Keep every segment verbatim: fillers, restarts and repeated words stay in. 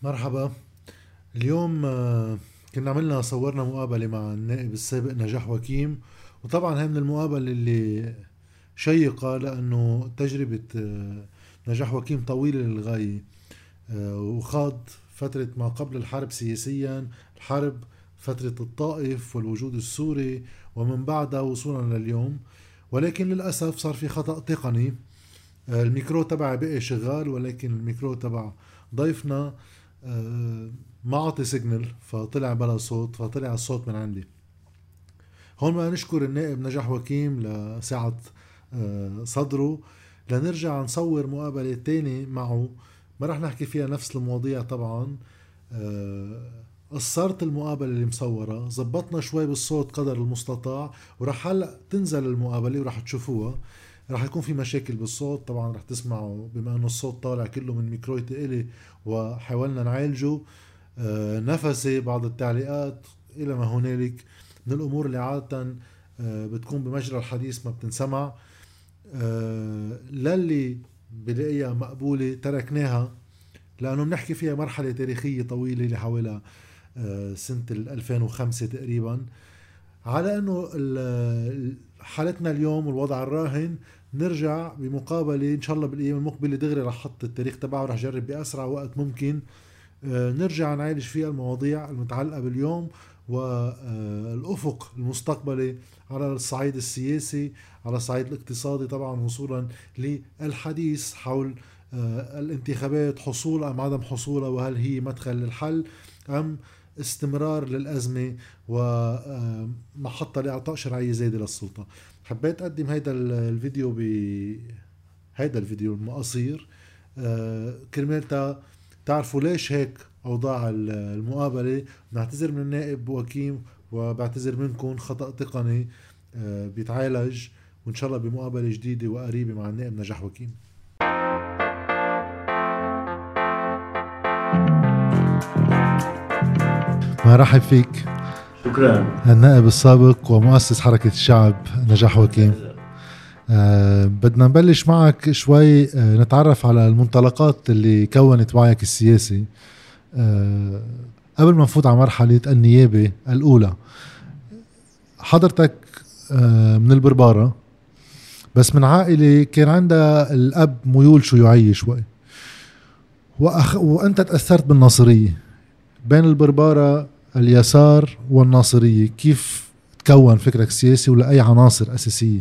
مرحبا. اليوم آه، كنا عملنا صورنا مقابلة مع النائب السابق نجاح وكيم. وطبعا هي من المقابلة اللي شيقة لأنه تجربة آه، نجاح وكيم طويلة للغاية. آه، وخاض فترة ما قبل الحرب سياسيا، الحرب، فترة الطائف والوجود السوري، ومن بعدها وصولا لليوم. ولكن للأسف صار في خطأ تقني. آه، الميكرو تبعي بقي شغال، ولكن الميكرو تبع ضيفنا آه، ما عطي سيجنال، فطلع بلا صوت، فطلع الصوت من عندي. هون بدنا نشكر النائب نجاح وكيم لسعة آه، صدره لنرجع نصور مقابلة تاني معه. ما رح نحكي فيها نفس المواضيع طبعا. آه، قصرت المقابلة اللي مصورة، زبطنا شوي بالصوت قدر المستطاع، ورح هلأ تنزل المقابلة ورح تشوفوها. رح يكون في مشاكل بالصوت طبعا، رح تسمعوا بما انه الصوت طالع كله من ميكرويتي الي وحاولنا نعالجه. آه، نفسي، بعض التعليقات الى ما هنالك من الامور اللي عادة آه، بتكون بمجرى الحديث ما بتنسمع. آه، للي بلاقيها مقبولة تركناها، لأنه بنحكي فيها مرحلة تاريخية طويلة اللي حوالي آه، سنة ألفين وخمسة تقريبا. على أنه ال- حالتنا اليوم والوضع الراهن، نرجع بمقابلة إن شاء الله بالأيام المقبلة دغري. رح حط التاريخ تبعه، رح جرب بأسرع وقت ممكن آه، نرجع نعالج فيها المواضيع المتعلقة باليوم والأفق المستقبلي على الصعيد السياسي، على الصعيد الاقتصادي طبعا، وصولا للحديث حول آه، الانتخابات، حصول أم عدم حصولها، وهل هي مدخل للحل أم استمرار للأزمة ومحطة لإعطاء شرعية زايدة للسلطة. حبيت أقدم هيدا الفيديو ب هيدا الفيديو القصير آه، كرمال تعرفوا ليش هيك أوضاع المقابلة. بعتذر من النائب وكيم، وبعتذر منكم، خطأ تقني آه، بيتعالج، وإن شاء الله بمقابلة جديدة وقريبة مع النائب نجاح وكيم. مرحب فيك. شكرا. النائب السابق ومؤسس حركة الشعب نجاح وكيم. أه بدنا نبلش معك شوي أه نتعرف على المنطلقات اللي كونت وعيك السياسي أه قبل ما نفوت على مرحلة النيابة الأولى. حضرتك أه من البربارة، بس من عائلة كان عندها الأب ميول شيوعية شوي، وأخ وأنت تأثرت بالناصرية. بين البربارة، اليسار والناصرية، كيف تكون فكرك السياسي ولا أي عناصر أساسية؟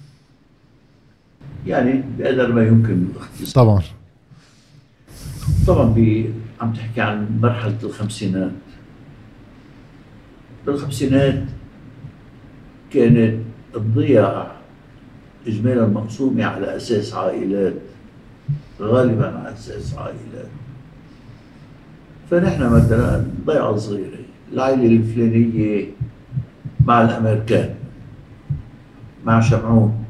يعني بقدر ما يمكن الاختصار. طبعا. طبعا ب... عم تحكي عن مرحلة الخمسينات. بالخمسينات كانت الضياع إجمالا مقسومة على أساس عائلات، غالبا على أساس عائلات. فنحن مثلا ضيعة صغيرة، العائلة الفلانية مع الأمريكان، مع شمعون.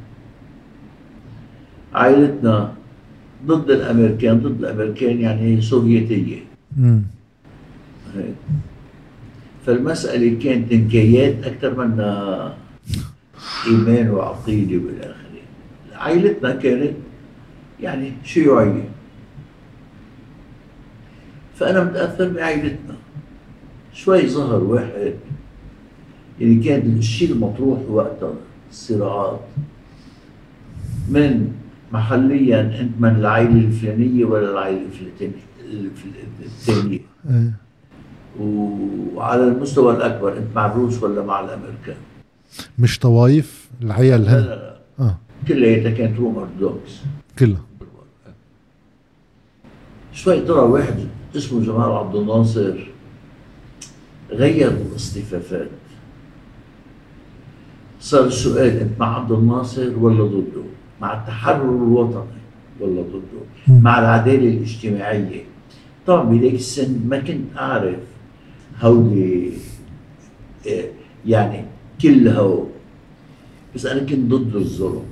عائلتنا ضد الأمريكان، ضد الأمريكان يعني سوفيتية. امم هيك. فالمسألة كانت نكايات أكثر منها إيمان وعقيدة والآخرين. عائلتنا كانت يعني شيوعية، فأنا متأثر بعائلتنا. شوي ظهر واحد، يعني كان الشيء المطروح وقتها الصراعات من محليا أنت من العائلة الفلانية ولا العائلة الثانية، ايه. وعلى المستوى الأكبر أنت مع الروس ولا مع الأمريكان. مش طوايف العيال لا هن؟ لا لا، اه، كلها كانت روم أرثوذكس. كلها. شوي طلع واحد اسمه جمال عبد الناصر غير الاصطفافات. صار السؤال انت مع عبد الناصر ولا ضده؟ مع التحرر الوطني ولا ضده؟ مع العداله الاجتماعيه. طبعا بذيك السن ما كنت اعرف هودي يعني كلها، بس انا كنت ضد الظلم،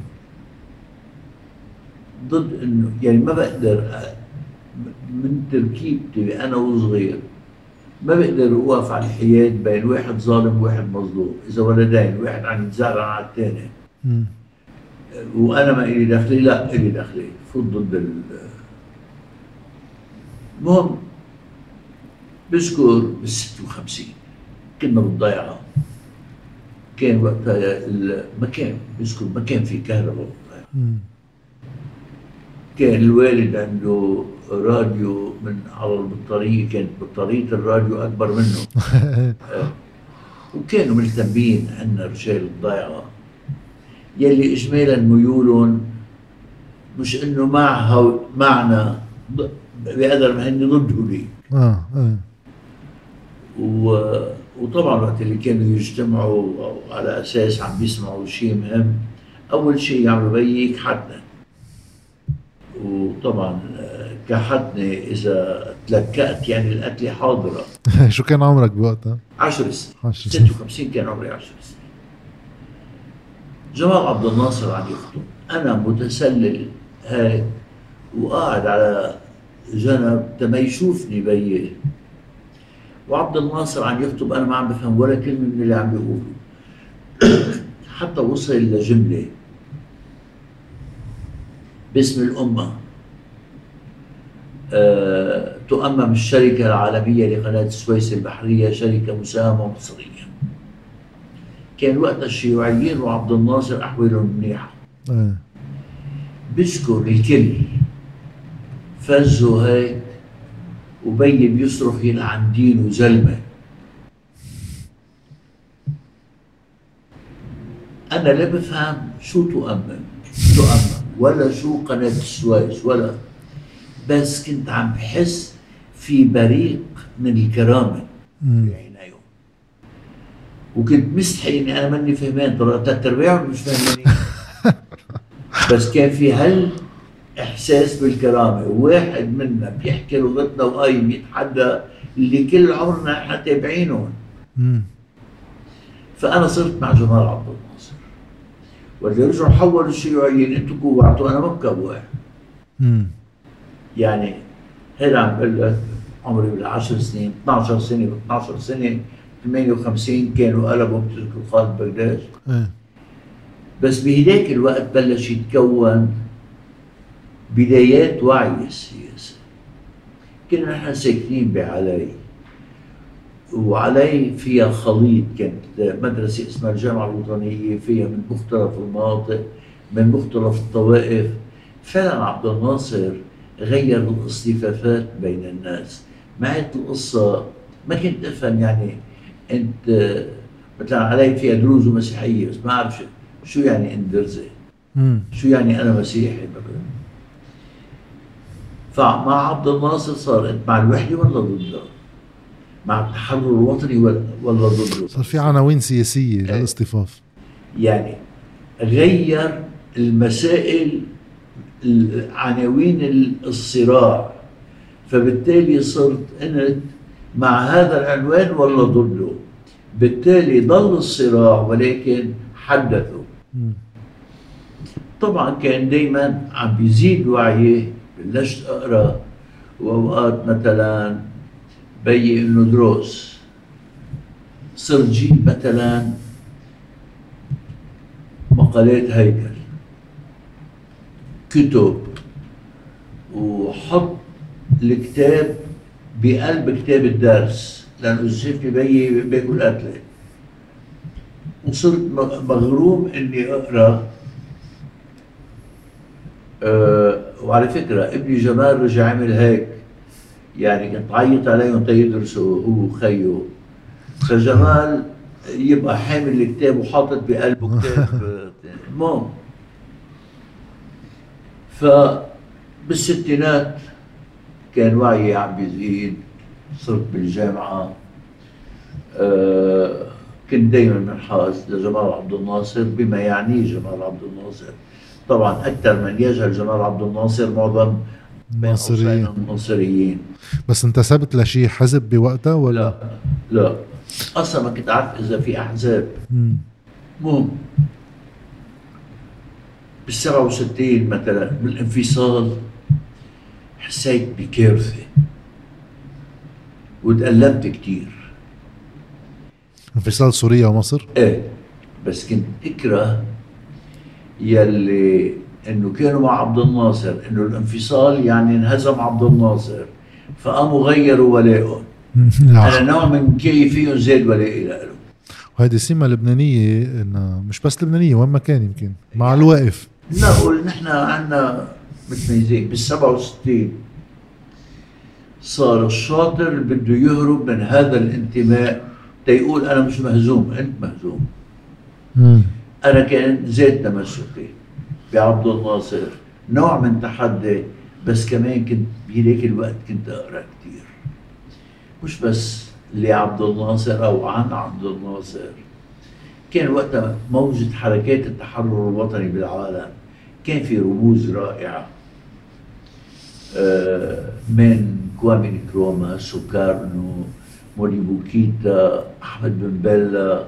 ضد انه يعني ما بقدر من تركيبتي انا وصغير ما بقدر اوقف على الحياد بين واحد ظالم وواحد مظلوم. اذا ولدين واحد عم يتزعل على الثاني وانا ما الي دخلي، لا الي دخلي، فوت ضد ال. المهم بذكر بال ستة وخمسين كنا بالضيعة، كان وقتها ما كان بذكر ما كان في كهرباء بالضيعة. كان الوالد عنده راديو من على البطارية، كانت بطارية الراديو أكبر منه. وكانوا ملتمين عنا رجال الضيعة يلي إجمالا ميولهم مش إنه معها معنا بقدر ما هن ضد هوليك. آه آه. و... وطبعا وقت اللي كانوا يجتمعوا على أساس عم بيسمعوا شيء مهم، أول شيء يعملوا بيك حدنا. وطبعا كحدني إذا تلكأت يعني القتلة حاضرة. شو كان عمرك بوقتها؟ عشر سنين. ستة وخمسين كان عمري عشر سنين. جمال عبد الناصر عم يخطب، أنا متسلل هيك وقاعد على جنب تما يشوفني بيه، وعبد الناصر عم يخطب، أنا ما عم بفهم ولا كلمة من اللي عم بيقوله. حتى وصل لجملة باسم الأمة، أه تؤمم الشركة العالمية لقناة السويس البحرية شركة مساهمة مصرية. كان وقت الشيوعيين وعبد الناصر أحوالهم منيحة. أه. بذكر الكل فزوا هيك وبي بيصرخ يلعن دينه زلمة. أنا لا بفهم شو تؤمم تؤمم ولا شو قناة السويس ولا، بس كنت عم بحس في بريق من الكرامة بعينيهم، وكنت مستحي اني انا ماني فهمان، ترى ثلاث ارباعهم مش فاهمانين. بس كان في هال احساس بالكرامة، وواحد منا بيحكي لغتنا وقايم يتحدى اللي كل عمرنا احنا تابعينهم. فانا صرت مع جمال عبد الناصر، واللي رجعوا حولوا الشيوعيين انتوا كوعتوا، انا ما بكوع. يعني هذا عم بقول لك عمري بالعشر سنين، اثنعش سنه، ب اثنعش سنه ثمانية وخمسين كانوا قلبوا بتركوا خالد بغداد. بس بهداك الوقت بلش يتكون بدايات وعي السياسة. كنا نحن ساكنين بعلي، وعلي فيها خليط، كانت مدرسة اسمها الجامعة الوطنية، فيها من مختلف المناطق من مختلف الطوائف. فعلا عبد الناصر غير الاصطفافات بين الناس. معت القصة ما كنت افهم، يعني انت مثلا علي فيها دروز ومسيحية، بس ما اعرف شو يعني انت درزة، شو يعني انا مسيحي مثلا. فمع عبد الناصر صار انت مع الوحدة ولا ضده؟ مع التحرر الوطني ولا ولا ضده؟ صار في عناوين سياسية للاصطفاف. يعني غير المسائل عناوين الصراع، فبالتالي صرت انت مع هذا العنوان ولا ضده. بالتالي ضل الصراع ولكن حدثوا. طبعا كان دايما عم بيزيد وعيه، بلشت اقرا واوقات مثلا بي انه دروس، صرت جيب مثلا مقالات هيكل، كتب، وحط الكتاب بقلب كتاب الدرس، لانه شايفني بي باكل قتله، وصرت مغروم اني اقرا. أه وعلى فكره ابني جمال رجع عمل هيك، يعني كنت عيط عليهم تيدرسوا هو وخيه، فجمال يبقى حامل الكتاب وحاطط بقلبه كتاب. المهم فبالستينات كان وعيي عم بيزيد، صرت بالجامعة. أه كنت دايما منحاز لجمال عبد الناصر بما يعنيه جمال عبد الناصر. طبعا أكثر من يجهل جمال عبد الناصر معظم الناصريين الناصريين. بس انتسبت لشيء حزب بوقتها ولا؟ لا لا أصلا ما كنت عارف إذا في أحزاب. المهم بالسبعة وستين مثلا بالانفصال حسيت بكارثة وتألمت كتير. انفصال سوريا ومصر؟ ايه، بس كنت اكره يلي انه كانوا مع عبد الناصر، انه الانفصال يعني انهزم عبد الناصر فقاموا غيروا ولائهم. أنا نوع من كيفي زيد ولا إلى له. وهذه سمة لبنانية، إنه مش بس لبنانية وين ما كان يمكن مع الواقف. نقول نحن عنا متميزين. بالسبعة وستين صار الشاطر اللي بده يهرب من هذا الانتماء تيقول أنا مش مهزوم، أنت مهزوم. مم. أنا كان زيت تمسكي بعبد الناصر، نوع من تحدي، بس كمان كنت بهيك الوقت كنت أقرأ كتير، مش بس لعبد الناصر أو عن عبد الناصر. كان وقتها موجة حركات التحرر الوطني بالعالم، كان في رموز رائعة من كوامي نكروما، سوكارنو، موليبوكيتا، أحمد بن بيلا،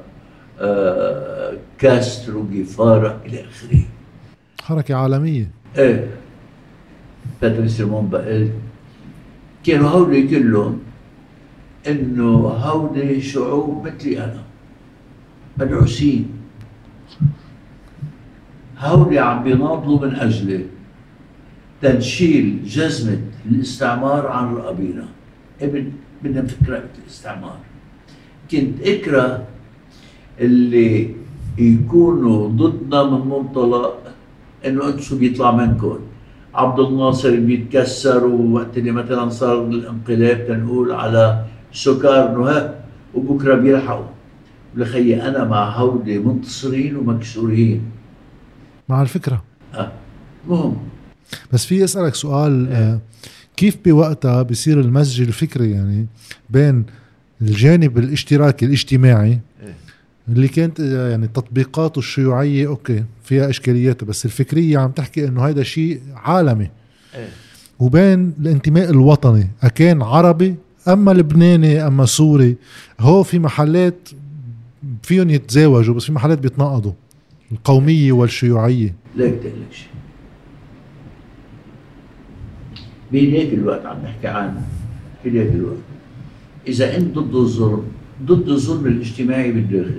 كاسترو، جيفارا إلى آخره. حركة عالمية. إيه، باتريس سيمون بقل، كانوا هودي كلهم إنه هودي شعوب مثلي أنا مدعوسين، هودي عم بيناضلوا من أجل تنشيل جزمة الاستعمار عن رقابينا. ابن بدنا نفكر الاستعمار. كنت اكره اللي يكونوا ضدنا من منطلق انه انتم شو بيطلع منكم. عبد الناصر بيتكسر، ووقت اللي مثلا صار الانقلاب تنقول على سكارنو ها وبكره بيلحقوا. لخي انا مع هودي منتصرين ومكسورين مع الفكرة. اه مهم. بس في أسألك سؤال، آه كيف بوقتها بيصير المزج الفكري يعني بين الجانب الاشتراكي الاجتماعي اللي كانت يعني تطبيقاته الشيوعية أوكي فيها إشكاليات، بس الفكرية عم تحكي إنه هيدا شيء عالمي، وبين الانتماء الوطني أكان عربي أما لبناني أما سوري، هو في محلات فيهم يتزاوجوا بس في محلات بيتناقضوا، القومية والشيوعية. لا يتقلق شيء بهيك الوقت عم نحكي عنه. بهيك الوقت إذا أنت ضد الظلم، ضد الظلم الاجتماعي بالداخل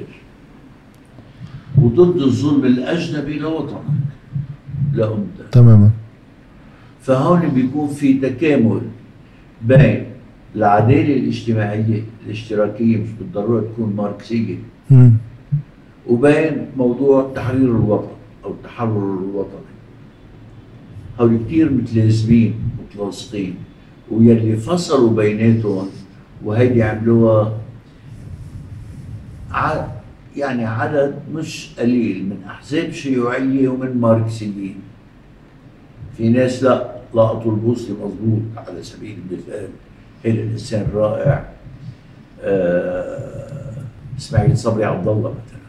وضد الظلم الأجنبي لوطنك لأمتك تماما، فهون بيكون في تكامل بين العدالة الاجتماعية الاشتراكية، مش بالضرورة تكون ماركسية، وبين موضوع تحرير الوطن أو التحرر الوطني. هول كتير متلازمين متلاصقين، ويلي فصلوا بيناتهم وهيدي عملوها ع... يعني عدد مش قليل من أحزاب شيوعية ومن ماركسيين. في ناس لا لقطوا البوصلة مضبوط. على سبيل المثال هذا الإنسان رائع آه... إسماعيل صبري عبد الله مثلا.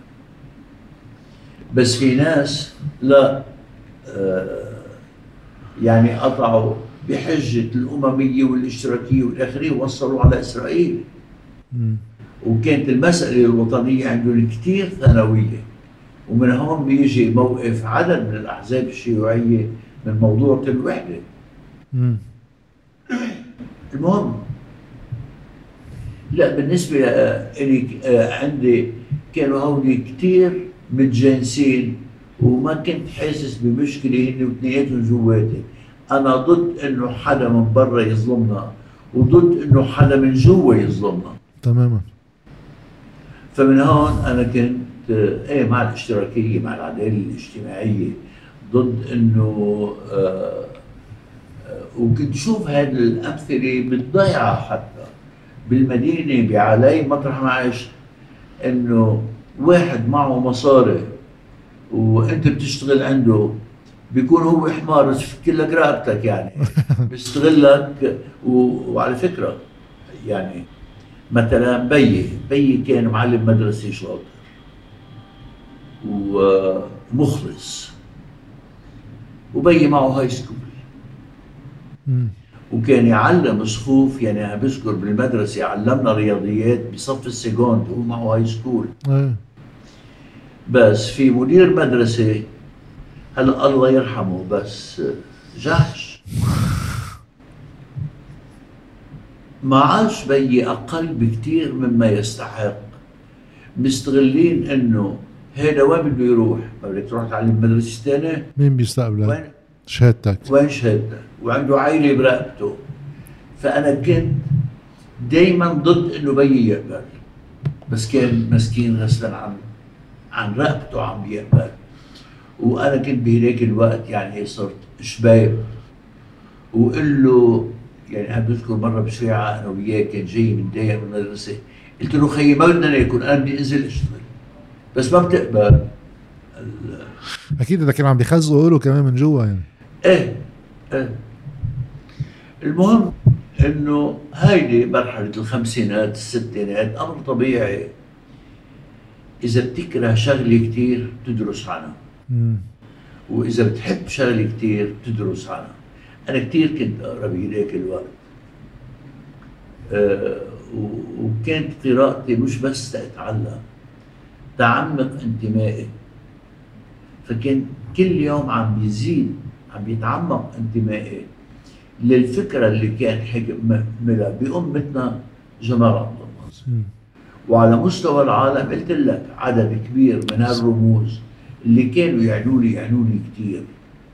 بس في ناس لا آه... يعني قطعوا بحجة الأممية والاشتراكية والآخرية ووصلوا على إسرائيل. م. وكانت المسألة الوطنية عندهم كتير ثانوية، ومن هون بيجي موقف عدد من الأحزاب الشيوعية من موضوع الوحدة. م. المهم لا بالنسبة لي عندي كانوا هوني كتير متجانسين، وما كنت حاسس بمشكلة هن واثنيناتهم جواتي. أنا ضد إنه حدا من برا يظلمنا، وضد إنه حدا من جوا يظلمنا. تماما. فمن هون أنا كنت إيه مع الاشتراكية، مع العدالة الاجتماعية، ضد إنه آه آه وكنت شوف هذه الأمثلة بالضيعة حتى بالمدينة بعلي مطرح ما عشت، إنه واحد معه مصاري وانت بتشتغل عنده بيكون هو حمار يفك لك رقبتك يعني بيستغلك. وعلى فكره يعني مثلا بيي بيي كان معلم مدرسي شاطر ومخلص، وبيي معه هاي سكول وكان يعلم صفوف. يعني بذكر بالمدرسه علمنا رياضيات بصف السكوند وهو معه هاي سكول. بس في مدير مدرسة هلا الله يرحمه بس جحش ما عاش بي أقل بكتير مما يستحق. مستغلين إنه هذا وين بده يروح؟ بدك تروح تعلم مدرسة ثانية؟ مين بيستقبلك؟ وين شهادتك؟ وين شهادتك؟ وعنده عائلة برقبته. فأنا كنت دايما ضد انه بيي يقبل، بس كان مسكين غسلا عن عن رقبته عم يقبل. وانا كنت بهداك الوقت يعني صرت شباب، وقل له يعني انا بذكر مره بشريعه انا وياه كان جاي متضايق من المدرسه، قلت له خيي ما بدنا ناكل، انا بدي انزل اشتغل، بس ما بتقبل. اكيد اذا كان عم بيخزقوا له كمان من جوا يعني. ايه ايه. المهم انه هيدي مرحله الخمسينات الستينات، امر طبيعي اذا بتكره شغله كثير تدرس عنها، امم واذا بتحب شغله كثير تدرس عنها. انا كثير كنت اقرا بهداك الوقت، أه وكانت قراءتي مش بس تتعلم، تعمق انتمائي. فكان كل يوم عم بيزيد، عم بيتعمق انتمائي للفكره اللي كان حكملها بأمتنا جمال عبد الناصر. وعلى مستوى العالم قلت لك عدد كبير من هالرموز اللي كانوا يعنوا لي يعنوا لي كثير.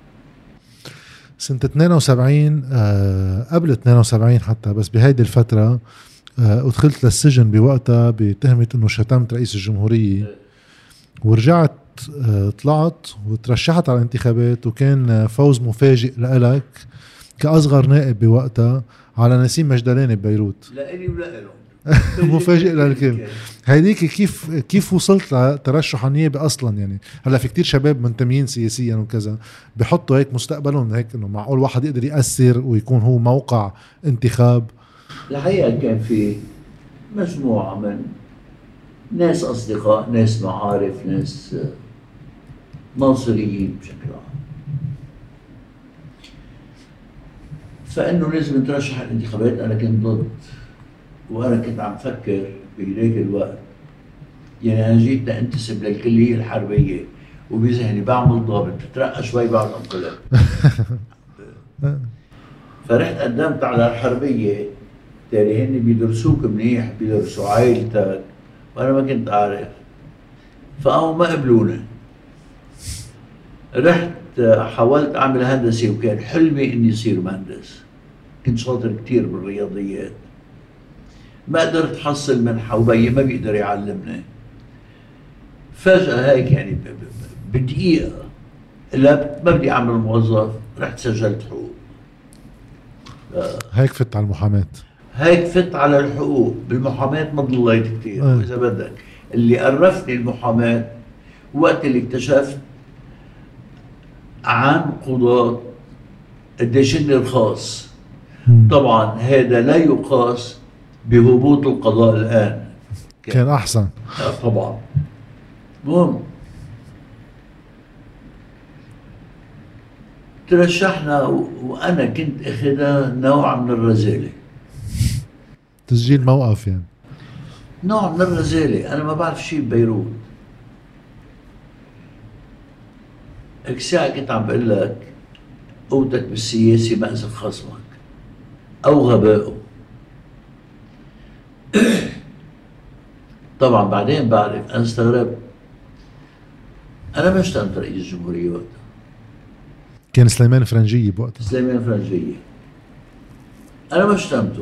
سنة اثنين وسبعين آه قبل اثنين وسبعين حتى، بس بهيدي الفترة آه ادخلت للسجن بوقتها بتهمة انه شتمت رئيس الجمهورية، ورجعت آه طلعت وترشحت على الانتخابات، وكان فوز مفاجئ لإلك كأصغر نائب بوقتها على نسيم مجدلاني ببيروت. لا إلي ولا إله. مفاجئ للكل. هيديك كيف كيف وصلت لترشح النيابة اصلا؟ يعني هلا في كتير شباب منتميين سياسيا وكذا بحطوا هيك مستقبلهم هيك انه معقول واحد يقدر يأثر ويكون هو موقع انتخاب. الحقيقة كان في مجموعة من ناس اصدقاء، ناس معارف، ناس ناصريين بشكل عام، فانه لازم نترشح الانتخابات. انا كنت ضد، وانا كنت عم فكر بهداك الوقت، يعني انا جيت انتسب للكليه الحربيه وبذهني بعمل ضابط بترقى شوي بعد انقلاب. فرحت قدمت على الحربيه، تالي هن بيدرسوك منيح، بيدرسوا عائلتك، وانا ما كنت اعرف، فقاموا ما قبلوني. رحت حاولت اعمل هندسه، وكان حلمي اني اصير مهندس، كنت شاطر كثير بالرياضيات، ما قدرت حصل منحة وبيي ما بيقدر يعلمني. فجأة هيك يعني بدقيقة لا ما بدي أعمل موظف، رحت سجلت حقوق. هيك فت على المحاماة. هيك فت على الحقوق. بالمحاماة ما ضليت كثير، وإذا بدك اللي قرفني المحاماة وقت اللي اكتشفت عن قضاة قديش إني رخاص. طبعا هذا لا يقاس بهبوط القضاء الآن، كان, كان أحسن طبعا. المهم ترشحنا، وأنا كنت أخذها نوع من الرزالة، تسجيل موقف يعني، نوع من الرزالة. أنا ما بعرف شيء ببيروت. الساعة كنت عم بقول لك قوتك بالسياسي مأزق خصمك أو غبائه. طبعا بعدين بعرف، أنا استغربت، أنا ما اشتغلت رئيس الجمهورية وقتها، كان سليمان فرنجية بوقتها. سليمان فرنجية أنا ما اشتغلته.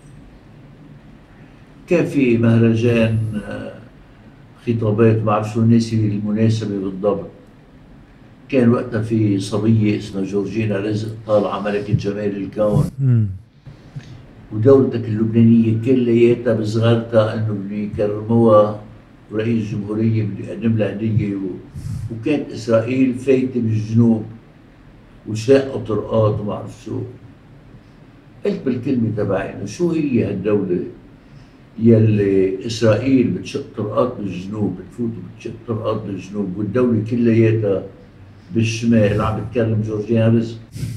كان في مهرجان خطابات ما بعرف شو ناسي المناسبة بالضبط، كان وقتها في صبية اسمها جورجينا رزق طالعة ملكة جمال الكون. م. ودولتك اللبنانية كلياتها بصغرتها انه بده يكرموها، ورئيس الجمهورية بده يقدم لها هدية، وكانت اسرائيل فايتة بالجنوب وشاقة طرقات وما بعرف شو. قلت بالكلمة تبعي انه شو هي هالدولة يلي اسرائيل بتشق طرقات بالجنوب، بتفوت وبتشق طرقات بالجنوب، والدولة كلياتها بالشمال عم بتكلم جورجينا رزق.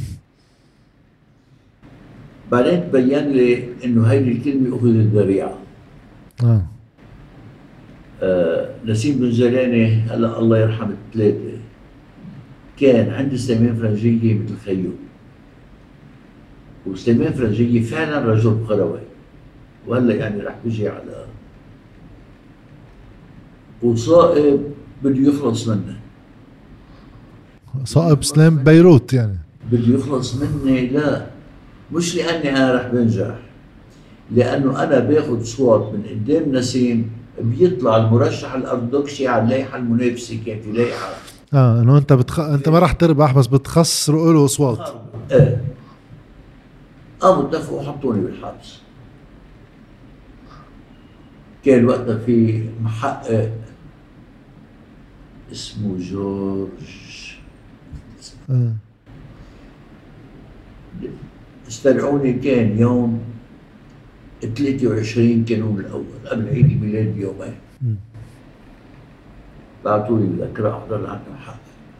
بعدين تبين لي انه هيدي الكلمه اخذت ذريعه. اه آه نسيم بن زلاني هلا الله يرحم الثلاثه، كان عند سليمان فرنجيه مثل خيو، وسليمان فرنجيه فعلا رجل قروي، وهلا يعني رح بيجي على وصائب بده يخلص منه. صائب سلام بيروت يعني بده يخلص مني، لا مش لاني انا رح بنجح، لانه انا باخذ صوت من قدام نسيم، بيطلع المرشح الارثوذكسي على اللائحه المنافسه. كان في لائحه اه انه انت بتخ... انت ما راح تربح بس بتخسروا له اصوات. ايه قاموا اتفقوا حطوني بالحبس. كان وقتها في محقق اسمه جورج آه. استدعوني. كان يوم ثلاثة وعشرين كانون الأول قبل عيد الميلاد بيومين. بعثوا لي مذكرة أحضر لعند محقق.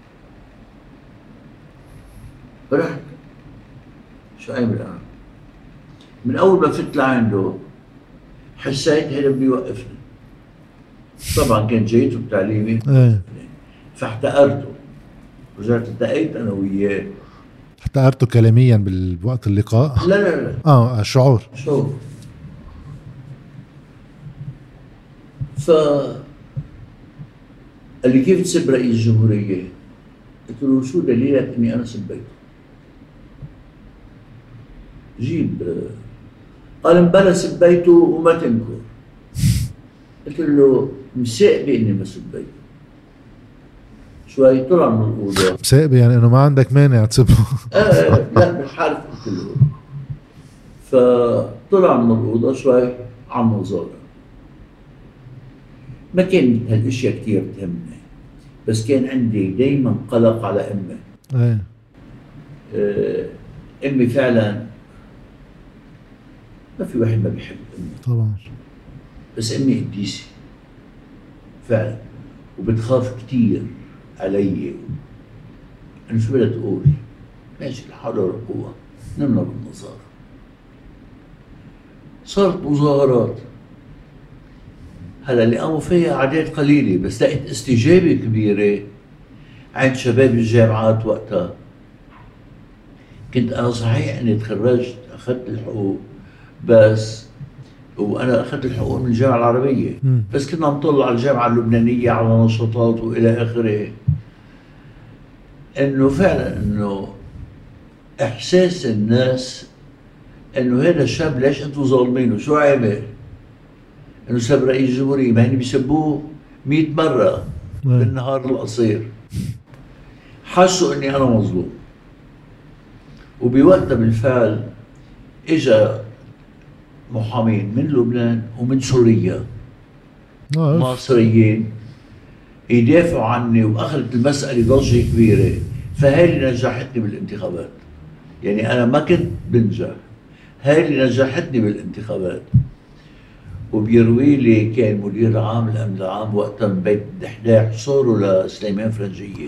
فرحت شو عامل أنا؟ من أول ما فت لعنده حسيت هذا بده يوقفني. طبعا كان جيته بتعليمي ايه فاحتقرته. رجعت التقيت أنا وياه. احتقرته كلاميا بالوقت اللقاء؟ لا لا لا اه الشعور. شو ف قال لي كيف تسب رئيس الجمهورية؟ قلت له شو دليلك اني انا سبيته؟ جيب. قال مبلا سبيته وما تنكر. قلت له مساقبة اني ما سبيته. شوي طلع من الأوضة. مساقبة يعني انه ما عندك مانع تسبه؟ آه لا بالحرف قلت له. فطلع من الأوضة شوي عم نظارة. ما كان هالاشياء كثير تهمني، بس كان عندي دايما قلق على امي. ايه آه امي فعلا ما في واحد ما بيحب امي طبعا، بس امي قديسه فعلا وبتخاف كثير علي. انا شو بدها تقول؟ ماشي لا حول ولا قوه. نمنا بالنظاره. صارت مظاهرات. هلا اللي قاموا فيها اعداد قليله بس لقيت استجابه كبيره عند شباب الجامعات وقتها. كنت انا صحيح اني تخرجت اخذت الحقوق بس وانا اخذت الحقوق من الجامعه العربيه م. بس كنا نطلع على الجامعه اللبنانيه على نشاطات والى اخره. انه فعلا انه احساس الناس انه هذا الشاب ليش انتم ظالمينه؟ شو عامل؟ انه سب رئيس الجمهورية، ما هني بيسبوه مئة مرة بالنهار القصير. حسوا اني انا مظلوم. وبوقتها بالفعل اجا محامين من لبنان ومن سوريا مصريين يدافعوا عني واخذت المسألة ضجة كبيرة. فهي اللي نجحتني بالانتخابات. يعني انا ما كنت بنجح، هاي اللي نجحتني بالانتخابات. وبيروي لي كان مدير عام الامن العام وقتها من بيت دحداح صوروا لسليمان فرنجيه.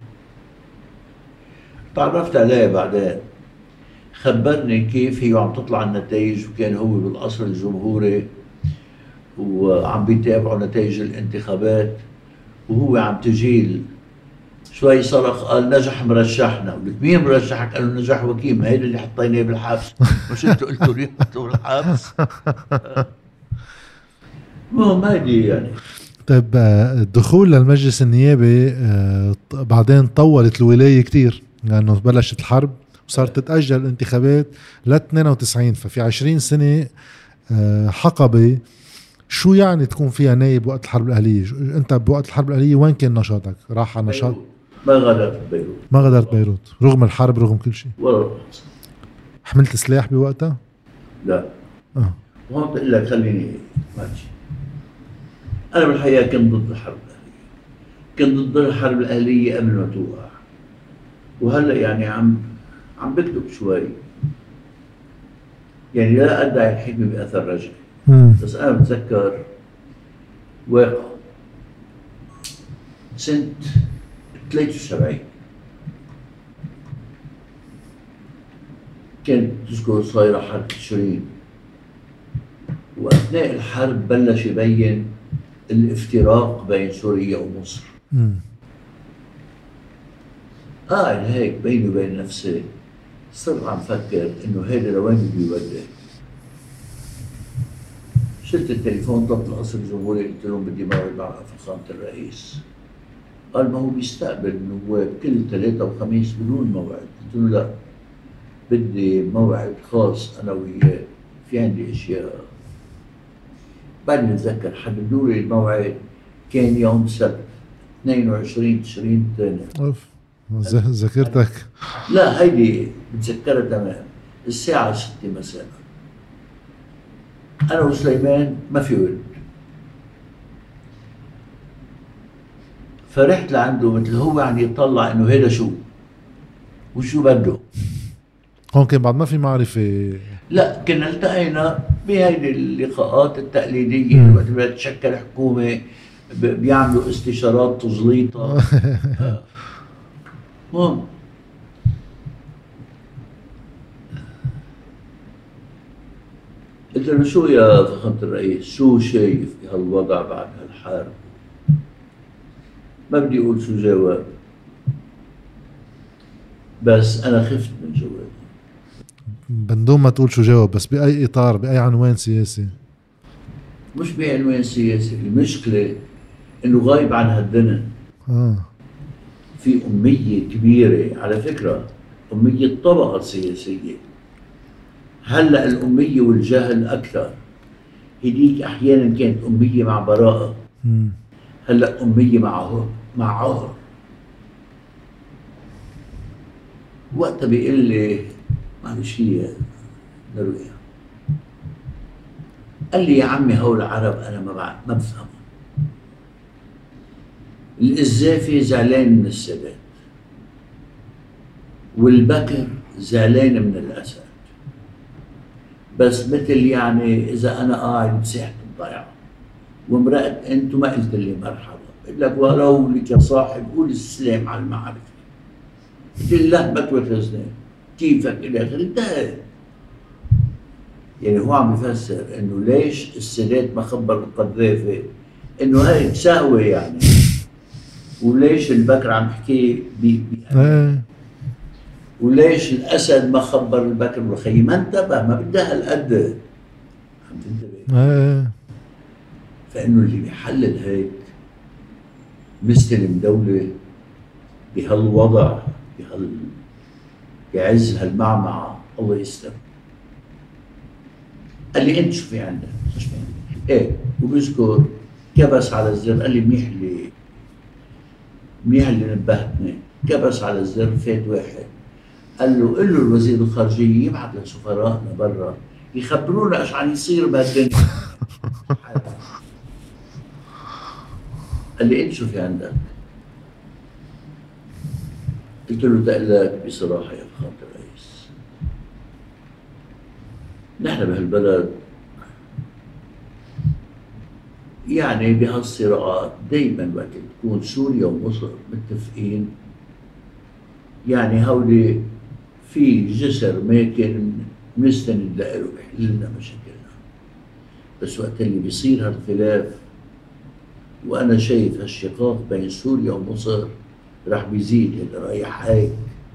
تعرفت عليه بعدين، خبرني كيف هي عم تطلع النتائج وكان هو بالقصر الجمهوري وعم بيتابعوا نتائج الانتخابات وهو عم تجيل. شوي صرخ قال نجح مرشحنا. قلت مين مرشحك؟ قالوا نجح وكيم. هيدا اللي حطيناه بالحبس. مش انتوا قلتوا لي حطوه بالحبس؟ المهم هيدي يعني. طيب الدخول للمجلس النيابي بعدين طولت الولاية كتير لأنه بلشت الحرب وصارت تتأجل الانتخابات ل اثنين وتسعين، ففي عشرين سنة حقبة. شو يعني تكون فيها نايب وقت الحرب الأهلية؟ أنت بوقت الحرب الأهلية وين كان نشاطك؟ راح على نشاط؟ ما غادرت بيروت. ما غادرت بيروت رغم الحرب رغم كل شيء؟ ولا حملت سلاح بوقتها؟ لا. اه وهون بقول لك خليني ماشي. أنا بالحقيقة كنت ضد الحرب الأهلية. كنت ضد الحرب الأهلية قبل ما توقع. وهلا يعني عم عم بكتب شوي. يعني لا أدعي الحكمة بأثر رجعي. بس أنا بتذكر واقع سنة ثلاثة وسبعين كانت تذكر صايرة حرب تشرين، وأثناء الحرب بلش يبين الافتراق بين سوريا ومصر. قاعد آه هيك بيني وبين نفسي صرت عم فكر إنه هيدا لوين بده يودي. شلت التليفون طلبت القصر الجمهوري قلت لهم بدي موعد مع فخامة الرئيس. قال ما هو بيستقبل النواب كل ثلاثة وخميس بدون موعد. قلت له لا، بدي موعد خاص أنا وياه في عندي اشياء. بعد نتذكر حددوا لي الموعد كان يوم سبت اثنين وعشرين تشرين الثاني. اوف ذاكرتك. لا هيدي بتذكرها تمام. الساعة ستة مساء أنا وسليمان ما في ولد، فرحت لعنده مثل هو يعني يطلع إنه هيدا شو وشو بده. هون كان بعد ما في معرفة. لا كنا التقينا بهيدي اللقاءات التقليدية وقت بدها تشكل حكومة بيعملوا استشارات تزليطة. مهم قلت له شو يا فخامة الرئيس، شو شايف بهالوضع بعد هالحرب؟ ما بدي اقول شو جواب، بس انا خفت من جوابي. بدون ما تقول شو جواب، بس بأي إطار بأي عنوان سياسي؟ مش بعنوان سياسي، المشكلة انه غايب عن هالدنيا. آه. في أمية كبيرة على فكرة، أمية طبقة سياسية. هلأ الأمية والجهل أكثر، هديك أحيانا كانت أمية مع براءة، هلأ أمية مع مع عهر. وقتها بيقول لي معلش هي نرويها، قال لي يا عمي هول العرب أنا ما بعرف ما بفهمهم. القذافي زعلان من السادات، والبكر زعلان من الأسد، بس مثل يعني إذا أنا قاعد بساحة الضيعة ومرأت أنتو ما قلت لي مرحبا، قلت لك ولو لك يا صاحب قول السلام على المعرفة. قلت لي لهبك وتزنان كيفك إلى آخره انتهى. يعني هو عم بيفسر إنه ليش السادات ما خبر القذافي إنه هيك سهوة يعني، وليش البكر عم يحكي بي وليش الاسد ما خبر البكر والخي. ما انتبه، ما بدها هالقد عم تنتبه. فانه اللي بيحلل هيك مستلم دوله بهالوضع بهال بعز هالمعمعه، الله يستر. قال لي انت شو في عندك؟ شو في عندك؟ ايه وبذكر كبس على الزر، قال لي منيح اللي منيح اللي نبهتني. كبس على الزر فات واحد قال له قل له الوزير الخارجية يبعث لسفرائنا برا يخبرونا ايش عم يصير بهالدنيا. قال لي انت شو في عندك؟ قلت له تقلك بصراحة يا فخامة الرئيس، نحن بهالبلد يعني بهالصراعات دايما وقت تكون سوريا ومصر متفقين، يعني هولي في جسر ماكن مستند لإله بيحل لنا مشاكلنا. بس وقت اللي بيصير هالخلاف وانا شايف هالشقاق بين سوريا ومصر راح بيزيد اللي رايح هيك،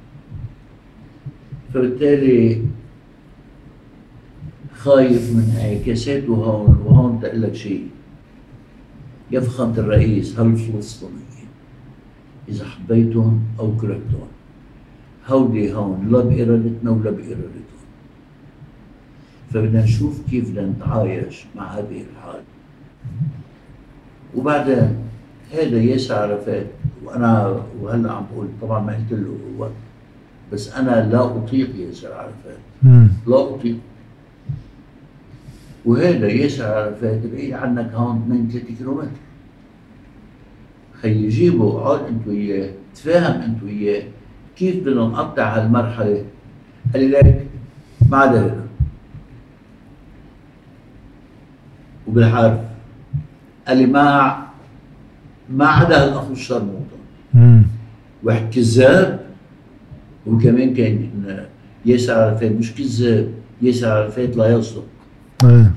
فبالتالي خايف من انعكاساته هون. وهون تقول لك شيء يا فخامة الرئيس، هالفلسطينيين إذا حبيتهم أو كرهتهم هودي هون لا بإرادتنا ولا بإرادتهم، فبدنا نشوف كيف بدنا نتعايش مع هذه الحال. وبعدين هذا ياسر عرفات، وأنا وهلا عم بقول طبعا ما قلت له هو، بس أنا لا أطيق ياسر عرفات، لا أطيق. وهذا ياسر عرفات بعيد عنك هون اثنين ثلاثة كيلومتر، خي جيبوا اقعد انت وياه، تفاهم انت وياه كيف بدنا نقطع هالمرحله. قال لي لك ما عدا هذا وبالحرف، قال لي ما ما عدا هالاخ الشرموطه واحد كذاب. وكمان كان ياسر عرفات مش كذاب، ياسر عرفات لا يصدق. ايه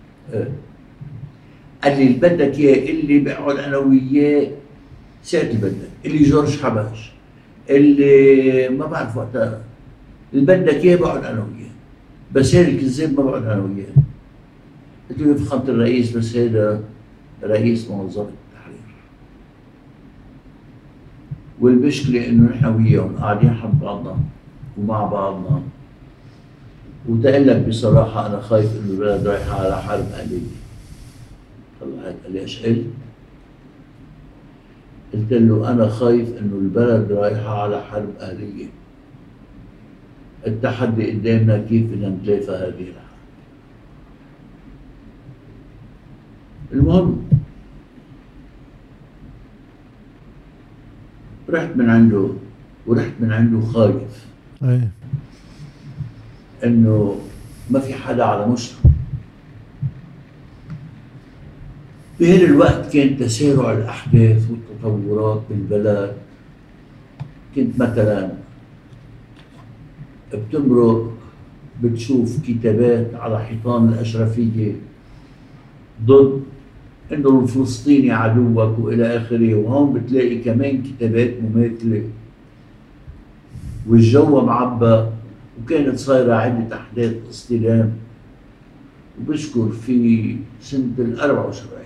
قال لي اللي بدك اياه اللي بقعد انا وياه ساعة اللي بدك، اللي جورج حبش، اللي ما بعرف وقتها، اللي بدك اياه بقعد انا وياه، بس هذا الكذاب ما بقعد انا وياه. قلت له فخامة الرئيس بس هذا رئيس منظمة التحرير، والمشكلة انه نحن وياهم قاعدين حد بعضنا ومع بعضنا وتقول لك بصراحة أنا خايف إنه البلد رايحة على حرب أهلية. طلع هيك قال لي إيش قلت؟ قلت له أنا خايف إنه البلد رايحة على حرب أهلية. التحدي قدامنا كيف بدنا نتلافى هذه الحرب. المهم رحت من عنده ورحت من عنده خايف ايه إنه ما في حدا على مستوى. بهذا الوقت كان تسارع الأحداث والتطورات بالبلد. كنت مثلا بتمرق بتشوف كتابات على حيطان الأشرفية ضد إنه الفلسطيني عدوك وإلى آخره، وهون بتلاقي كمان كتابات مماثلة، والجو معبى. وكانت صايرة عدة أحداث استلام. وبشكر في سنة الأربعة وسبعين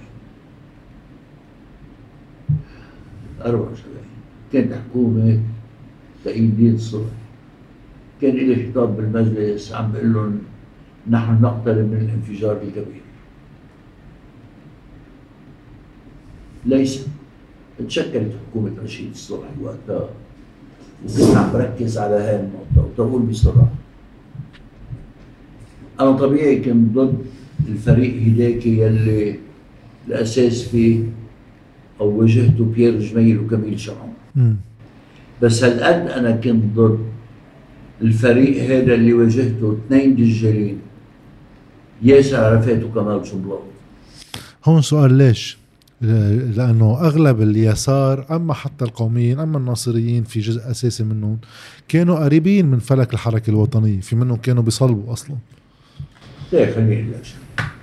أربعة وسبعين كانت حكومة تأييد الدين الصبحي. كان لي خطاب بالمجلس عم بقول لهم نحن نقترب من الانفجار الكبير. ليس تشكلت حكومة رشيد الصبحي وقتها، وكنت عم بركز على هاي النقطة. وتقول بصراحة أنا طبيعي كنت ضد الفريق هداك يلي الأساس فيه أو واجهته بيير جميل وكميل شعون. بس هالقد أنا كنت ضد الفريق هذا اللي واجهته اثنين دجالين، ياسر عرفات وكمال جنبلاط. هون سؤال ليش؟ لأنه أغلب اليسار أما حتى القوميين أما الناصريين في جزء أساسي منهم كانوا قريبين من فلك الحركة الوطنية، في منهم كانوا بيصلبوا أصلا. ليه خليني ليش؟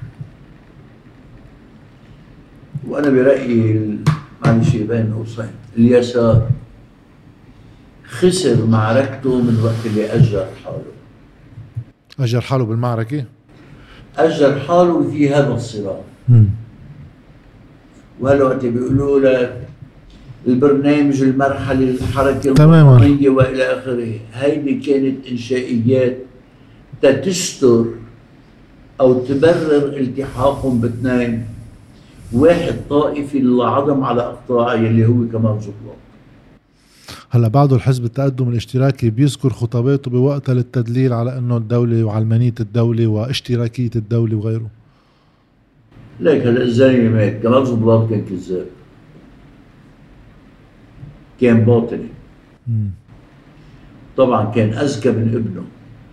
وأنا برأيي معلش بين قوسين اليسار خسر معركته من وقت اللي أجر حاله. أجر حاله بالمعركة؟ أجر حاله في هذا الصراع. وهالوقت بيقولوا لك البرنامج المرحلي للحركة الوطنية وإلى آخره. هيدي كانت إنشائيات تستر أو تبرر التحاقهم باثنين، واحد طائفي للعظم على أقطاع اللي هو كمال جنبلاط. هلا بعده الحزب التقدم الاشتراكي بيذكر خطاباته بوقتها للتدليل على انه الدولة وعلمانية الدولة واشتراكية الدولة وغيره. ليك هلا الزلمة مات. كمال جنبلاط كان كذاب، كان باطني. طبعا كان أذكى من ابنه،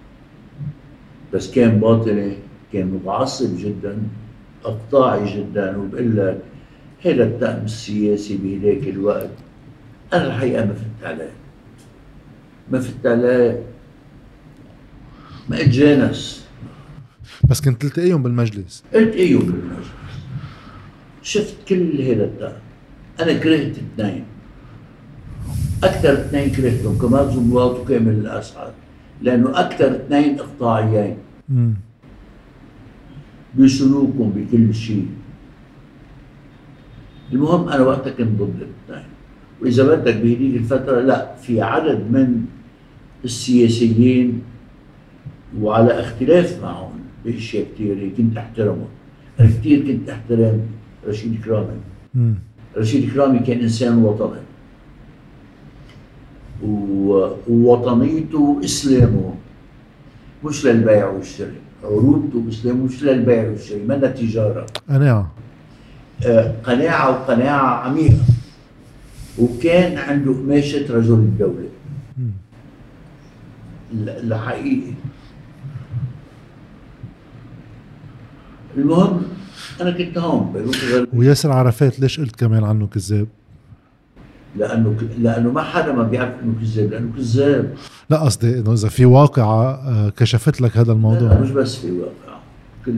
بس كان باطني، كان متعصب جدا، اقطاعي جدا. وبقول لك هذا الدعم السياسي بهداك الوقت أنا الحقيقة ما فت عليه ما فت عليه ما اتجانس. بس كنت تلتقيهم بالمجلس؟ التقيهم بالمجلس، شفت كل هذا الدعم. أنا كرهت اثنين، أكثر اثنين كرهتهم، كمال جنبلاط وكامل الأسعد، لأنه أكثر اثنين إقطاعيين بسلوكهم بكل شيء. المهم أنا وقتها كنت ضد الاثنين. وإذا بدك بهذيك الفترة لا، في عدد من السياسيين وعلى اختلاف معهم بأشياء كثيرة كنت أحترمهم. أنا كثير كنت أحترم رشيد كرامي. مم. رشيد كرامي كان إنسان وطني، ووطنيته إسلامه مش للبيع والشراء، عروضته بإسلامه مش للبيع والشراء، ما تجارة. قناعة آه قناعة وقناعة عميقة. وكان عنده قماشة رجل الدولة الحقيقي. المهم أنا كنت هون بيروت غربي. وياسر عرفات ليش قلت كمان عنه كذاب؟ لأنه لأنه ما حدا ما بيعرف إنه كذاب، لأنه كذاب. لا قصدي إنه إذا في واقعة كشفت لك هذا الموضوع. لا مش بس في واقعة، كل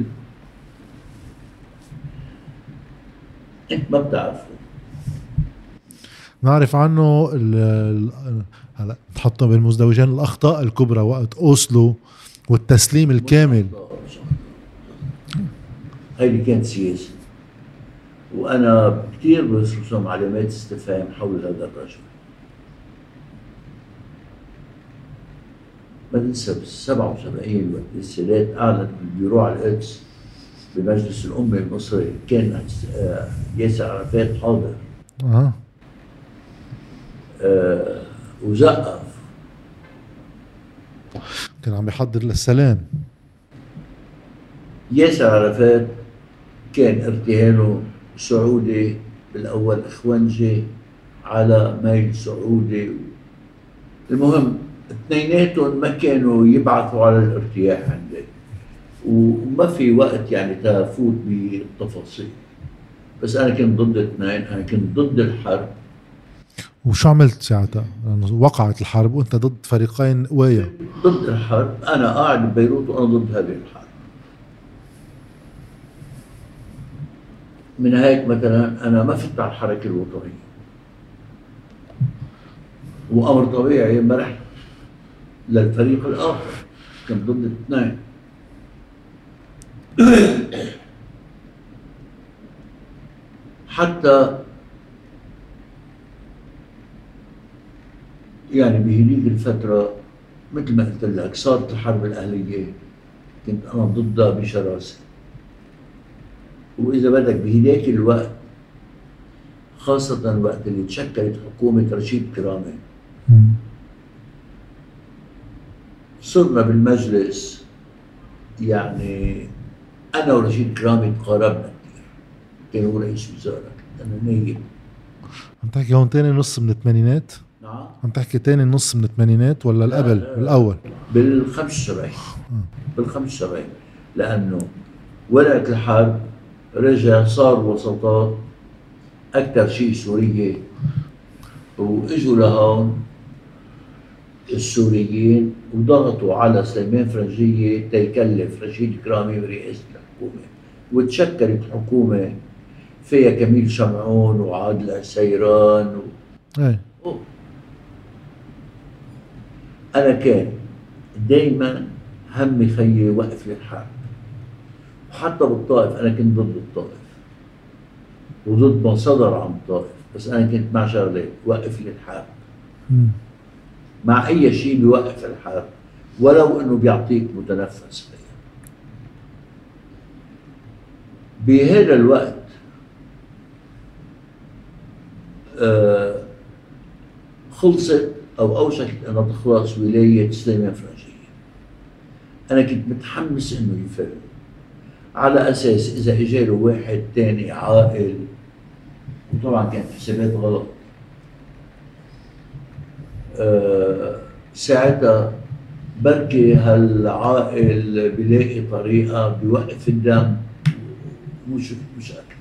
أنت ما بتعرفه. نعرف عنه هلا تحطه بالمزدوجين الأخطاء الكبرى وقت أوسلو والتسليم الكامل. هيدي كانت سياسة، وأنا كثير برسم علامات استفهام حول هذا الرجل. ما بنسى بال سبعة وسبعين وقت السادات أعلن البيرو على القدس بمجلس الأمة المصري، كان ياسر عرفات حاضر. أه. آه وزقف، كان عم بيحضر للسلام. ياسر عرفات كان ارتهانه سعودي بالأول، إخوانجي على ميل سعودي. المهم اثنيناتهم ما كانوا يبعثوا على الارتياح عندي، وما في وقت يعني تفوت بالتفاصيل، بس أنا كنت ضد اثنين. أنا كنت ضد الحرب. وشو عملت ساعتها؟ يعني وقعت الحرب وانت ضد فريقين قوية. ضد الحرب، أنا قاعد ببيروت وأنا ضد هذه الحرب. من هيك مثلا أنا ما فت على الحركة الوطنية، وأمر طبيعي ما رحت للفريق الآخر، كنت ضد اثنين. حتى يعني بهذيك الفترة مثل ما قلت لك صارت الحرب الأهلية، كنت أنا ضدها بشراسة. وإذا بدك بهداك الوقت، خاصة وقت اللي تشكلت حكومة رشيد كرامة، صرنا بالمجلس يعني أنا ورشيد كرامة تقاربنا كثير. كان هو رئيس وزراء، أنا نايب. عم تحكي هون تاني نص من الثمانينات؟ نعم. عم تحكي تاني نص من الثمانينات ولا القبل؟ لا لا بالأول؟ بالخمس وسبعين. بالخمس وسبعين، لأنه ولعت الحرب، رجع صار وسطاء أكثر شيء سورية، وإجوا لهون السوريين وضغطوا على سليمان فرنجية تيكلف رشيد كرامي برئاسة الحكومة، وتشكلت حكومة فيها كميل شمعون وعادل عسيران و... ايه. أنا كان دايما همي خيي وقف للحرب، وحتى بالطائف أنا كنت ضد الطائف وضد ما صدر عن الطائف، بس أنا كنت مع شغلة وقف للحرب. مع أي شيء بيوقف الحرب ولو إنه بيعطيك متنفس فيها. بهذا الوقت آه خلصت أو أوشكت أن تخلص ولاية سليمان فرنجية. أنا كنت متحمس إنه يفر، على أساس إذا إجاله واحد تاني عاقل، وطبعا كانت حسابات غلط. أه ساعتها بركي هالعائل بيلاقي طريقة بيوقف الدم، مش مش أكثر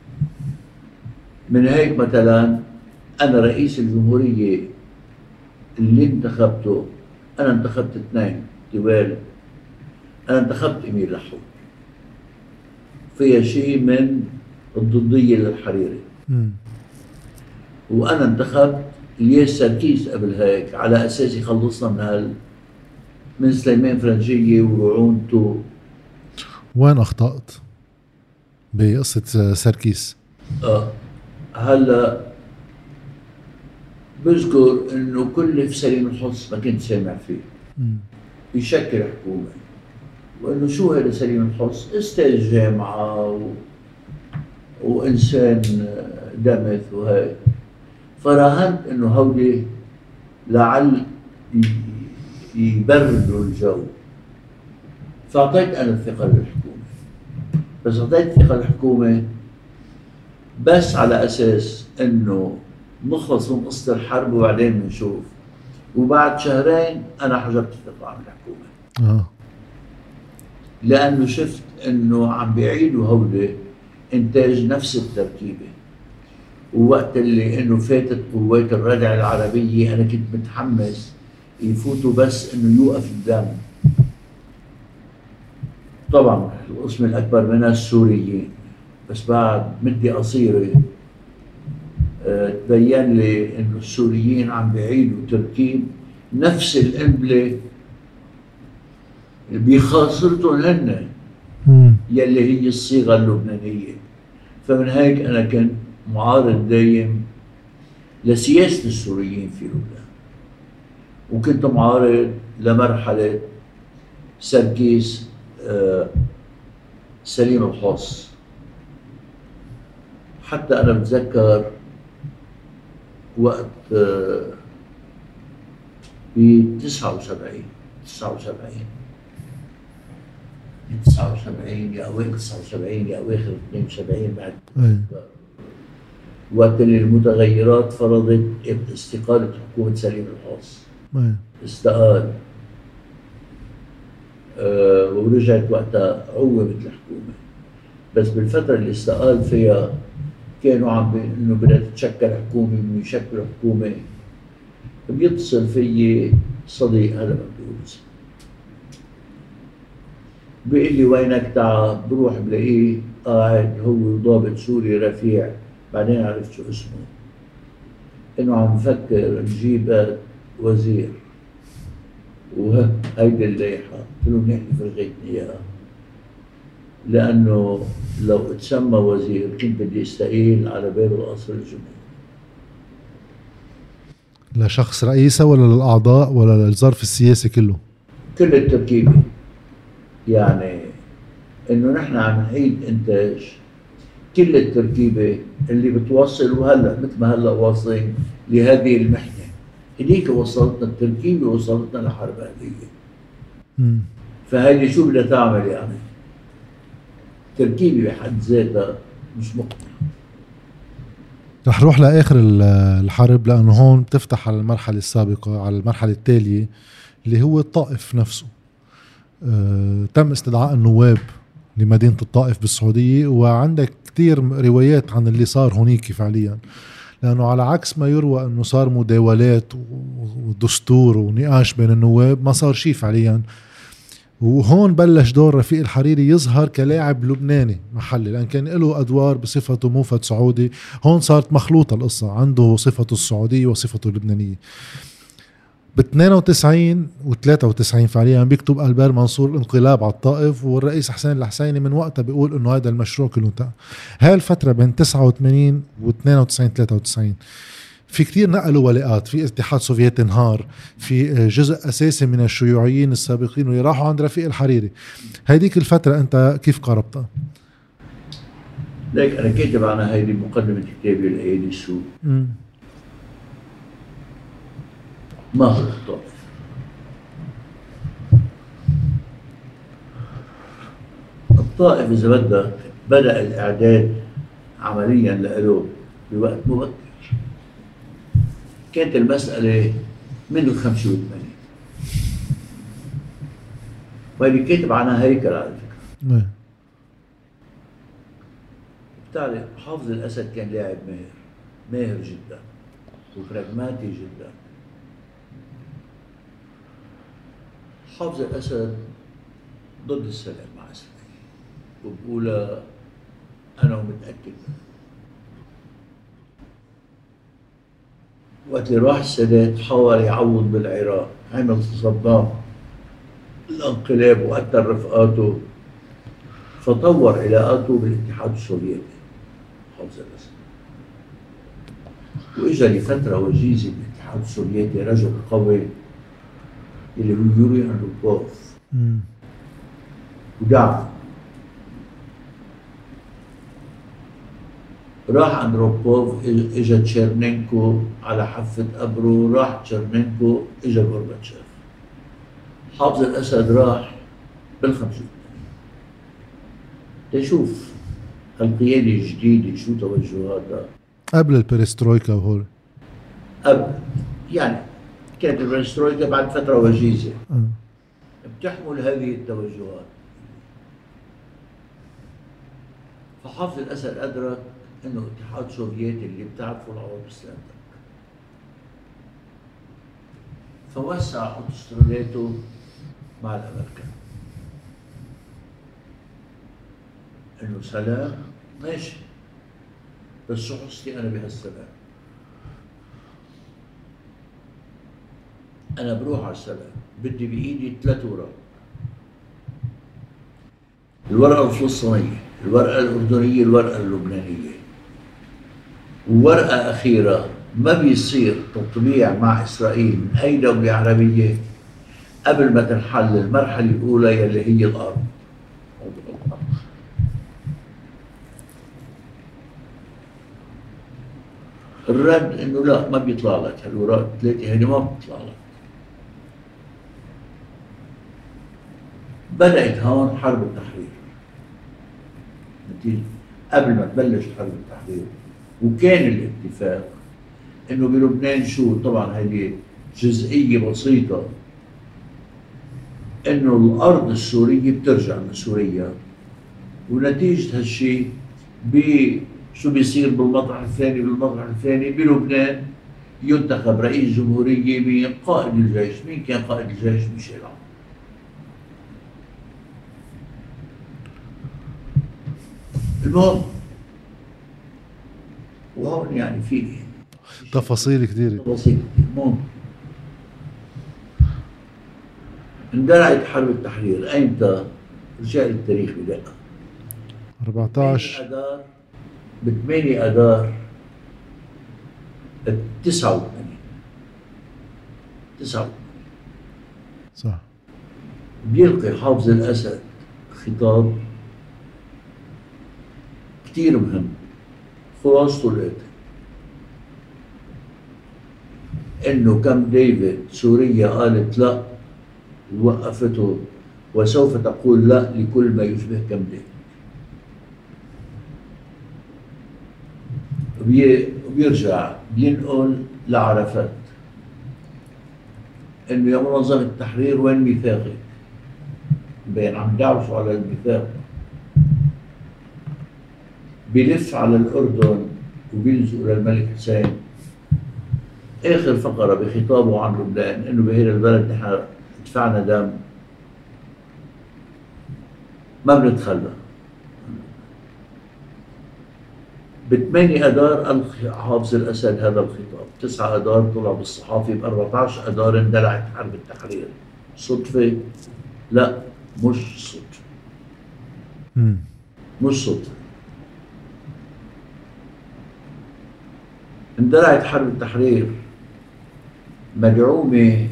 من هيك. مثلا أنا رئيس الجمهورية اللي انتخبته، أنا انتخبت اثنين توالي. أنا انتخبت أمير لحود، فيها شيء من الضدية للحريري. وأنا انتخبت الياس سركيس قبل هيك على أساس يخلصنا من هال من سليمان فرنجية ورعونته. وين أخطأت بقصة سركيس؟ آه هلا بذكر إنه كلف سليم الحص ما كنت سامع فيه مم. يشكل حكومة، وإنه شو هذا سليم الحص؟ أستاذ جامعة و... وإنسان دمث وهيك. فراهنت إنه هودي لعل يبردوا الجو، فأعطيت أنا الثقة للحكومة. بس أعطيت الثقة للحكومة بس على أساس إنه نخلص من قصة الحرب وبعدين بنشوف. وبعد شهرين أنا حجبت الثقة عن الحكومة. آه. لأنه شفت إنه عم بيعيدوا هودي إنتاج نفس التركيبة. ووقت اللي إنه فاتت قوات الردع العربية، أنا كنت متحمس يفوتوا بس إنه يوقف الدم. طبعا القسم الأكبر منها السوريين، بس بعد مدة قصيرة أه تبين لي إنه السوريين عم بيعيدوا تركيب نفس القنبلة بخاصرتهم هن يلي هي الصيغة اللبنانية. فمن هيك أنا كنت معارض دايم لسياسة السوريين في لبنان، وكنت معارض لمرحلة سركيس آه، سليم الخاص. حتى أنا بتذكر وقت آه، ب تسعة وسبعين تسعة وسبعين تسعة وسبعين يا أواخر تسعة وسبعين يا أواخر اثنين وسبعين بعد أي. وقت اللي المتغيرات فرضت استقالة حكومة سليم الخاص. أي. استقال أه ورجعت وقتها عومت الحكومة. بس بالفترة اللي استقال فيها كانوا عم بي انه بدها تتشكل حكومة، انه يشكلوا حكومة. بيتصل في صديق هذا ما بيقول اسمه، بيقول لي وينك تعال، بروح بلاقيه قاعد هو ضابط سوري رفيع، بعدين عرفت شو اسمه، انه عم فكر نجيب وزير وهيدي الليحة. قلت له منيح فرغيتني اياها، لانه لو اتسمى وزير كنت بدي استقيل على باب القصر الجمهوري. لشخص رئيسة ولا للأعضاء ولا للظرف السياسي كله؟ كل التركيبة. يعني انه نحن عم نعيد انتاج كل التركيبة اللي بتوصل، وهلا مثل ما هلا واصلين لهذه المحنة. هديك وصلتنا التركيبة، وصلتنا لحرب أهلية. مم. فهيدي شو بدها تعمل يعني؟ تركيبة بحد ذاتها مش مقنعة. رح روح لآخر الحرب، لأنه هون بتفتح على المرحلة السابقة، على المرحلة التالية اللي هو الطائف نفسه. أه تم استدعاء النواب لمدينة الطائف بالسعودية، وعندك كتير روايات عن اللي صار هونيك فعليا، لأنه على عكس ما يروى أنه صار مداولات ودستور ونقاش بين النواب، ما صار شيء فعليا. وهون بلش دور رفيق الحريري يظهر كلاعب لبناني محلي، لأن كان له أدوار بصفته موفد سعودي. هون صارت مخلوطة القصة، عنده صفته السعودية وصفته اللبنانية. ب اثنين وتسعين و ثلاثة وتسعين فعليا بيكتب ألبير منصور الانقلاب على الطائف، والرئيس حسين الحسيني من وقتها بيقول انه هذا المشروع كله انتهى. هاي الفترة بين تسعة وثمانين و اثنين وتسعين ثلاثة وتسعين في كتير نقلوا ولاءات، في اتحاد سوفيتي انهار، في جزء اساسي من الشيوعيين السابقين واللي راحوا عند رفيق الحريري. هيديك الفترة انت كيف قاربتها؟ ليك انا كاتب عن هيدي مقدمة كتابي الايادي السود. ما هو الطائف؟ الطائف إذا بدك بدأ الإعداد عمليا له بوقت مبكر. كانت المسألة من الخمسة وثمانين، وهي كاتب عنها هيكل على فكرة. بتعرف حافظ الأسد كان لاعب ماهر، ماهر جدا وبراغماتي جدا. حافظ الأسد ضد السلام مع إسرائيل، وبقولها أنا متأكد. وقت اللي راح السادات حاول يعوض بالعراق، عمل صدام الانقلاب وقتل رفقاته، فطور علاقاته بالاتحاد السوفيتي حافظ الأسد. وإجا لفترة وجيزة بالاتحاد السوفيتي رجل قوي اللي هو يوري أندروبوف، ودعم. راح أندروبوف، إجا تشيرنينكو على حافة قبره، راح تشيرنينكو، إجا غورباتشوف. حافظ الأسد راح بالخمسين تشوف القيادة الجديدة شو توجهاتها قبل البريسترويكا وهول. قبل يعني كانت البريسترويكا بعد فترة وجيزة أه. بتحمل هذه التوجهات. فحافظ الأسد أدرك إنه الاتحاد السوفيتي اللي بتعرفه العوض بسلامتك، فوسع أوتوستراداته مع الأمريكان. إنه سلام ماشي، بس شو حصتي أنا بهالسلام؟ أنا بروح على السلام، بدي بإيدي ثلاث ورق: الورقة الفلسطينية، الورقة الأردنية، الورقة اللبنانية، وورقة أخيرة ما بيصير تطبيع مع إسرائيل من أي دولة عربية قبل ما تنحل المرحلة الأولى يلي هي الأرض. الرد إنه لا، ما بيطلع لك هالوراق ثلاثة، هني ما بيطلع لك. بدأت هون حرب التحرير نتيجة قبل ما تبلش حرب التحرير، وكان الاتفاق انه بلبنان شو، طبعا هذه جزئيه بسيطه، انه الارض السوريه بترجع من سوريا، ونتيجه هالشيء شو بيصير بالمطرح الثاني بالمطرح الثاني بلبنان ينتخب رئيس جمهوريه من قائد الجيش. مين كان قائد الجيش؟ ميشيل عون. المهم، وهون يعني في تفاصيل كثيرة. تفاصيل المهم اندلعت حرب التحرير ايمتى؟ رجع التاريخ بدقة. أربعتاشر اذار ب ثمانية اذار تسعة وثمانين تسعة وثمانين صح. بيلقي حافظ الاسد خطاب كثير مهم، خلاصته الاتي: انه كم ديفيد سوريا قالت لا ووقفته، وسوف تقول لا لكل ما يشبه كم ديفيد. وبيرجع بينقل لعرفات انه يا منظمة التحرير وين ميثاقك؟ بين عم دعوشوا على الميثاق. بيلف على الأردن وبيلزق للملك حسين آخر فقرة بخطابه عن لبنان إنه بهيدا البلد نحن دفعنا دم، ما بنتخلى. بثمانية أذار ألقى حافظ الأسد هذا الخطاب، تسعة أذار طلع بالصحافي، ب أربعتاشر أذار اندلعت حرب التحرير. صدفة؟ لا، مش صدفة. مم. مش صدفة. اندلعت حرب التحرير مدعومة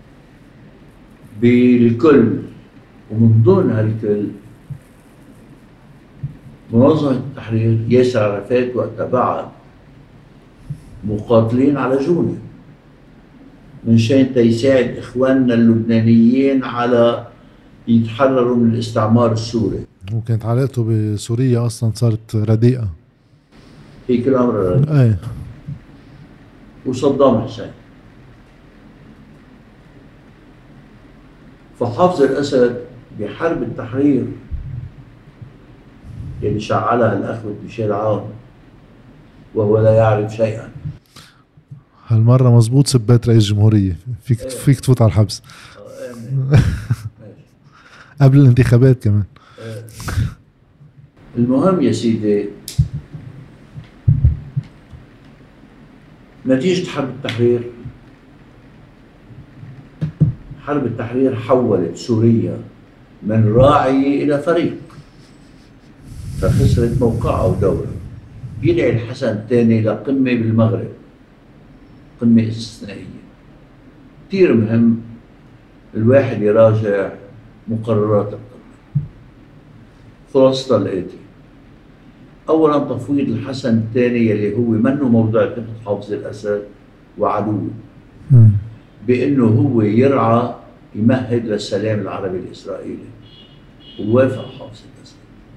بالكل، ومن ضمن هالكل منظمة التحرير ياسر عرفات وقتها بعت مقاتلين على جونة من شان تيساعد إخواننا اللبنانيين على يتحرروا من الاستعمار السوري. وكانت علاقته بسوريا أصلا صارت رديئة في كل أمر رديء. أي. وصدام حسين. فحافظ الأسد بحرب التحرير اللي شعلها الأخوة ميشيل عون وهو لا يعرف شيئا. هالمرة مزبوط سبات رئيس جمهورية، فيك ايه. فيك تفوت على الحبس. اه قبل الانتخابات كمان. اه. المهم يا سيدي، نتيجة حرب التحرير، حرب التحرير حولت سوريا من راعي إلى فريق، فخسرت موقعها ودورة. بيدعي الحسن الثاني لقمة بالمغرب، قمة استثنائية. كثير مهم الواحد يراجع مقررات القمة. خلاصة الآتي: أولاً تفويض الحسن الثاني اللي هو منه موضع ثقة حافظ الأسد وعدوه بأنه هو يرعى يمهد للسلام العربي الإسرائيلي، ووافق حافظ الأسد.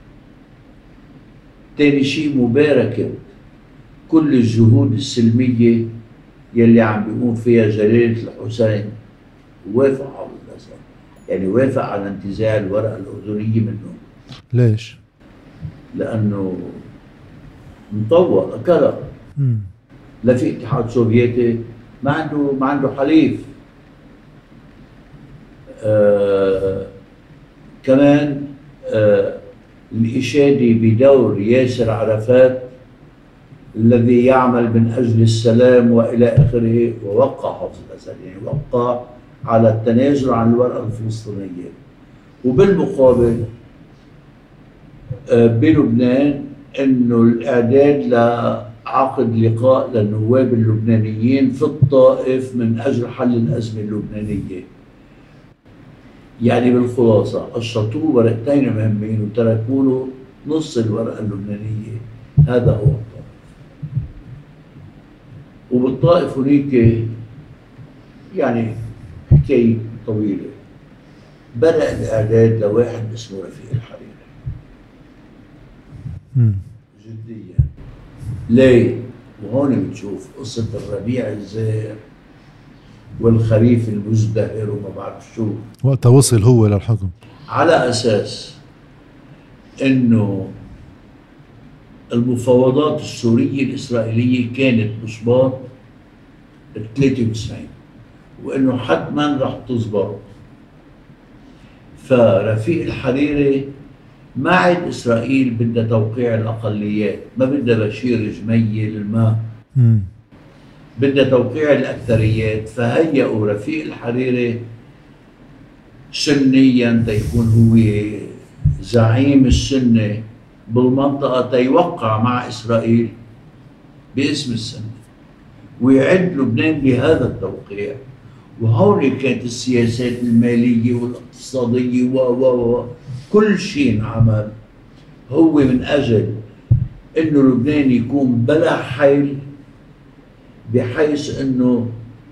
ثاني شيء مباركة كل الجهود السلمية يلي عم بيقوم فيها جلالة الحسين، ووافق حافظ الأسد، يعني وافق على انتزاع الورقة الأردنية منه. ليش؟ لأنه مطوع أكلها. لا في اتحاد سوفيتي، ما عنده ما عنده حليف. آه كمان آه الإشادة بدور ياسر عرفات الذي يعمل من أجل السلام وإلى آخره، ووقع حافظ الأسد، يعني وقع على التنازل عن الورقة الفلسطينية. وبالمقابل آه بلبنان إنه الإعداد عقد لقاء للنواب اللبنانيين في الطائف من أجل حل الأزمة اللبنانية. يعني بالخلاصة قشطوه ورقتين مهمين وتركوا له نص الورقة اللبنانية. هذا هو الطائف. وبالطائف هناك يعني حكاية طويلة. بدأ الإعداد لواحد اسمه رفيق الحريري. جديا. ليه؟ وهون بتشوف قصة الربيع الزاهر والخريف المزدهر وما بعرف شو. وقتها وصل هو للحكم. على أساس إنه المفاوضات السورية الإسرائيلية كانت بشباط ثلاثة وتسعين وإنه حتما رح تزبط. فرفيق الحريري ما عاد إسرائيل بدها توقيع الأقليات، ما بدها بشير جميل ما بدها توقيع الأكثريات. فهيئوا رفيق الحريري سنيا تيكون هو زعيم السنة بالمنطقة تيوقع مع إسرائيل باسم السنة ويعد لبنان بهذا التوقيع. وهون كانت السياسات المالية والاقتصادية و و و كل شيء انعمل هو من أجل إنه لبنان يكون بلا حيل، بحيث إنه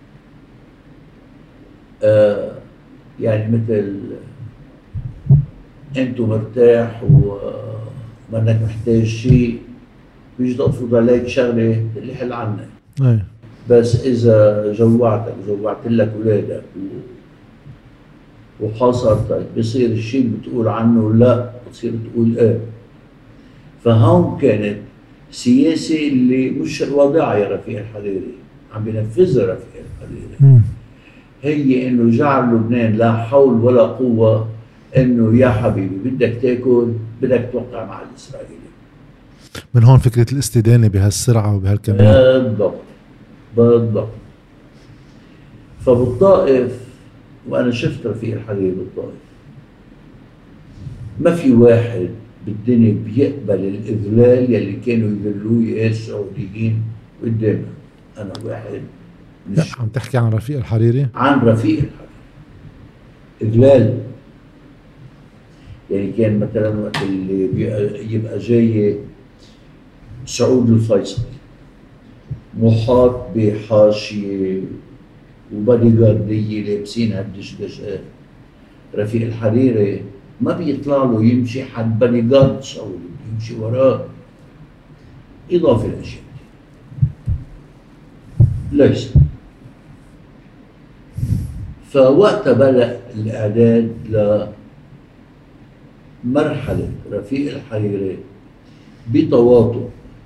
آه يعني مثل أنتو مرتاح ومنك محتاج شيء بيجي تقفض عليك شغلة اللي حل عنك. أي. بس إذا جوعتك جوعت لك أولادك وحاصرتك بصير الشيء اللي بتقول عنه لا بتصير تقول إيه. فهون كانت سياسة اللي مش واضعة يا رفيق الحريري عم بينفذها رفيق الحريري. هي إنه جعل لبنان لا حول ولا قوة إنه يا حبيبي بدك تاكل بدك توقع مع الإسرائيلي. من هون فكرة الاستدانة بهالسرعة وبهالكمية. بالضبط بالضبط. فبالطائف وأنا شفت رفيق الحريري بالطائف ما في واحد بالدنيا بيقبل الإذلال يلي كانوا يذلوه يا السعوديين قدامنا. أنا واحد لا عم تحكي عن رفيق الحريري؟ عن رفيق الحريري إذلال. يعني كان مثلا وقت اللي يبقى جاي سعود الفيصل محاط بحاشية وبادي جاردية لابسين هالدشدشات، رفيق الحريري ما بيطلع له يمشي حد بادي جارد سعودي يمشي وراه. إضافة للأشياء ليس. فوقتها بدأ الإعداد لمرحلة رفيق الحريري بتواطؤ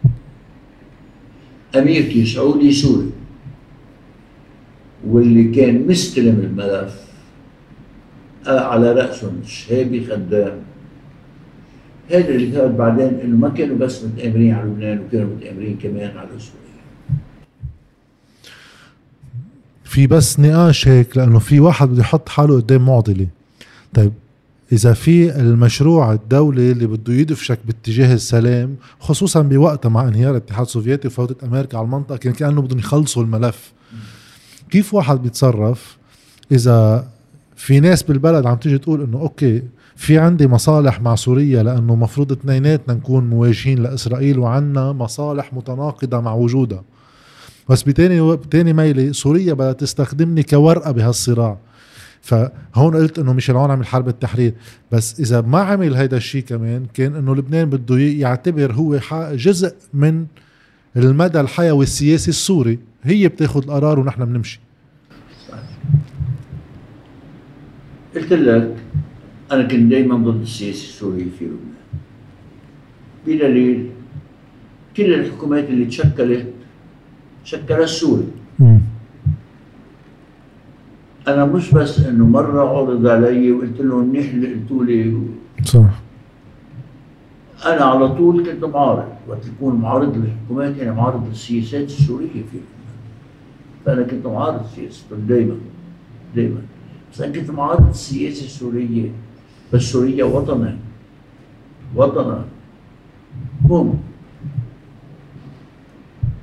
أمريكي سعودي سوري واللي كان مستلم الملف على رأسهم شهابي خدام. هذا اللي كان بعدين إنه ما كانوا بس متآمرين على لبنان وكانوا متآمرين كمان على سوريا. في بس نقاش هيك لأنه في واحد بده يحط حاله قدام معضلة. طيب إذا في المشروع الدولي اللي بده يدفشك باتجاه السلام خصوصا بوقتها مع انهيار الاتحاد السوفيتي وفوتة أمريكا على المنطقة كان كأنه بدهم يخلصوا الملف، كيف واحد بيتصرف إذا في ناس بالبلد عم تيجي تقول إنه أوكي في عندي مصالح مع سوريا لأنه مفروض اثنيناتنا نكون مواجهين لإسرائيل وعنا مصالح متناقضة مع وجودها، بس بتاني بتاني ميلي سوريا بدها تستخدمني كورقة بهالصراع. فهون قلت انه ميشيل عون عمل حرب التحرير، بس اذا ما عمل هيدا الشيء كمان كان انه لبنان بده يعتبر هو جزء من المدى الحيوي السياسي السوري، هي بتاخد القرار ونحن بنمشي. قلت لك انا كنت دايما ضد السياسة السورية في لبنان بدليل كل الحكومات اللي تشكلت شكلها السوري. أنا مش بس إنه مرة عرض علي وقلت له منيح اللي قلتوا لي صح. أنا على طول كنت معارض، وقت يكون معارض للحكومات أنا معارض للسياسات السورية فيه. فأنا كنت معارض سياستهم دايما دايما، بس أنا كنت معارض السياسة السورية. بس سوريا وطنا وطنا هم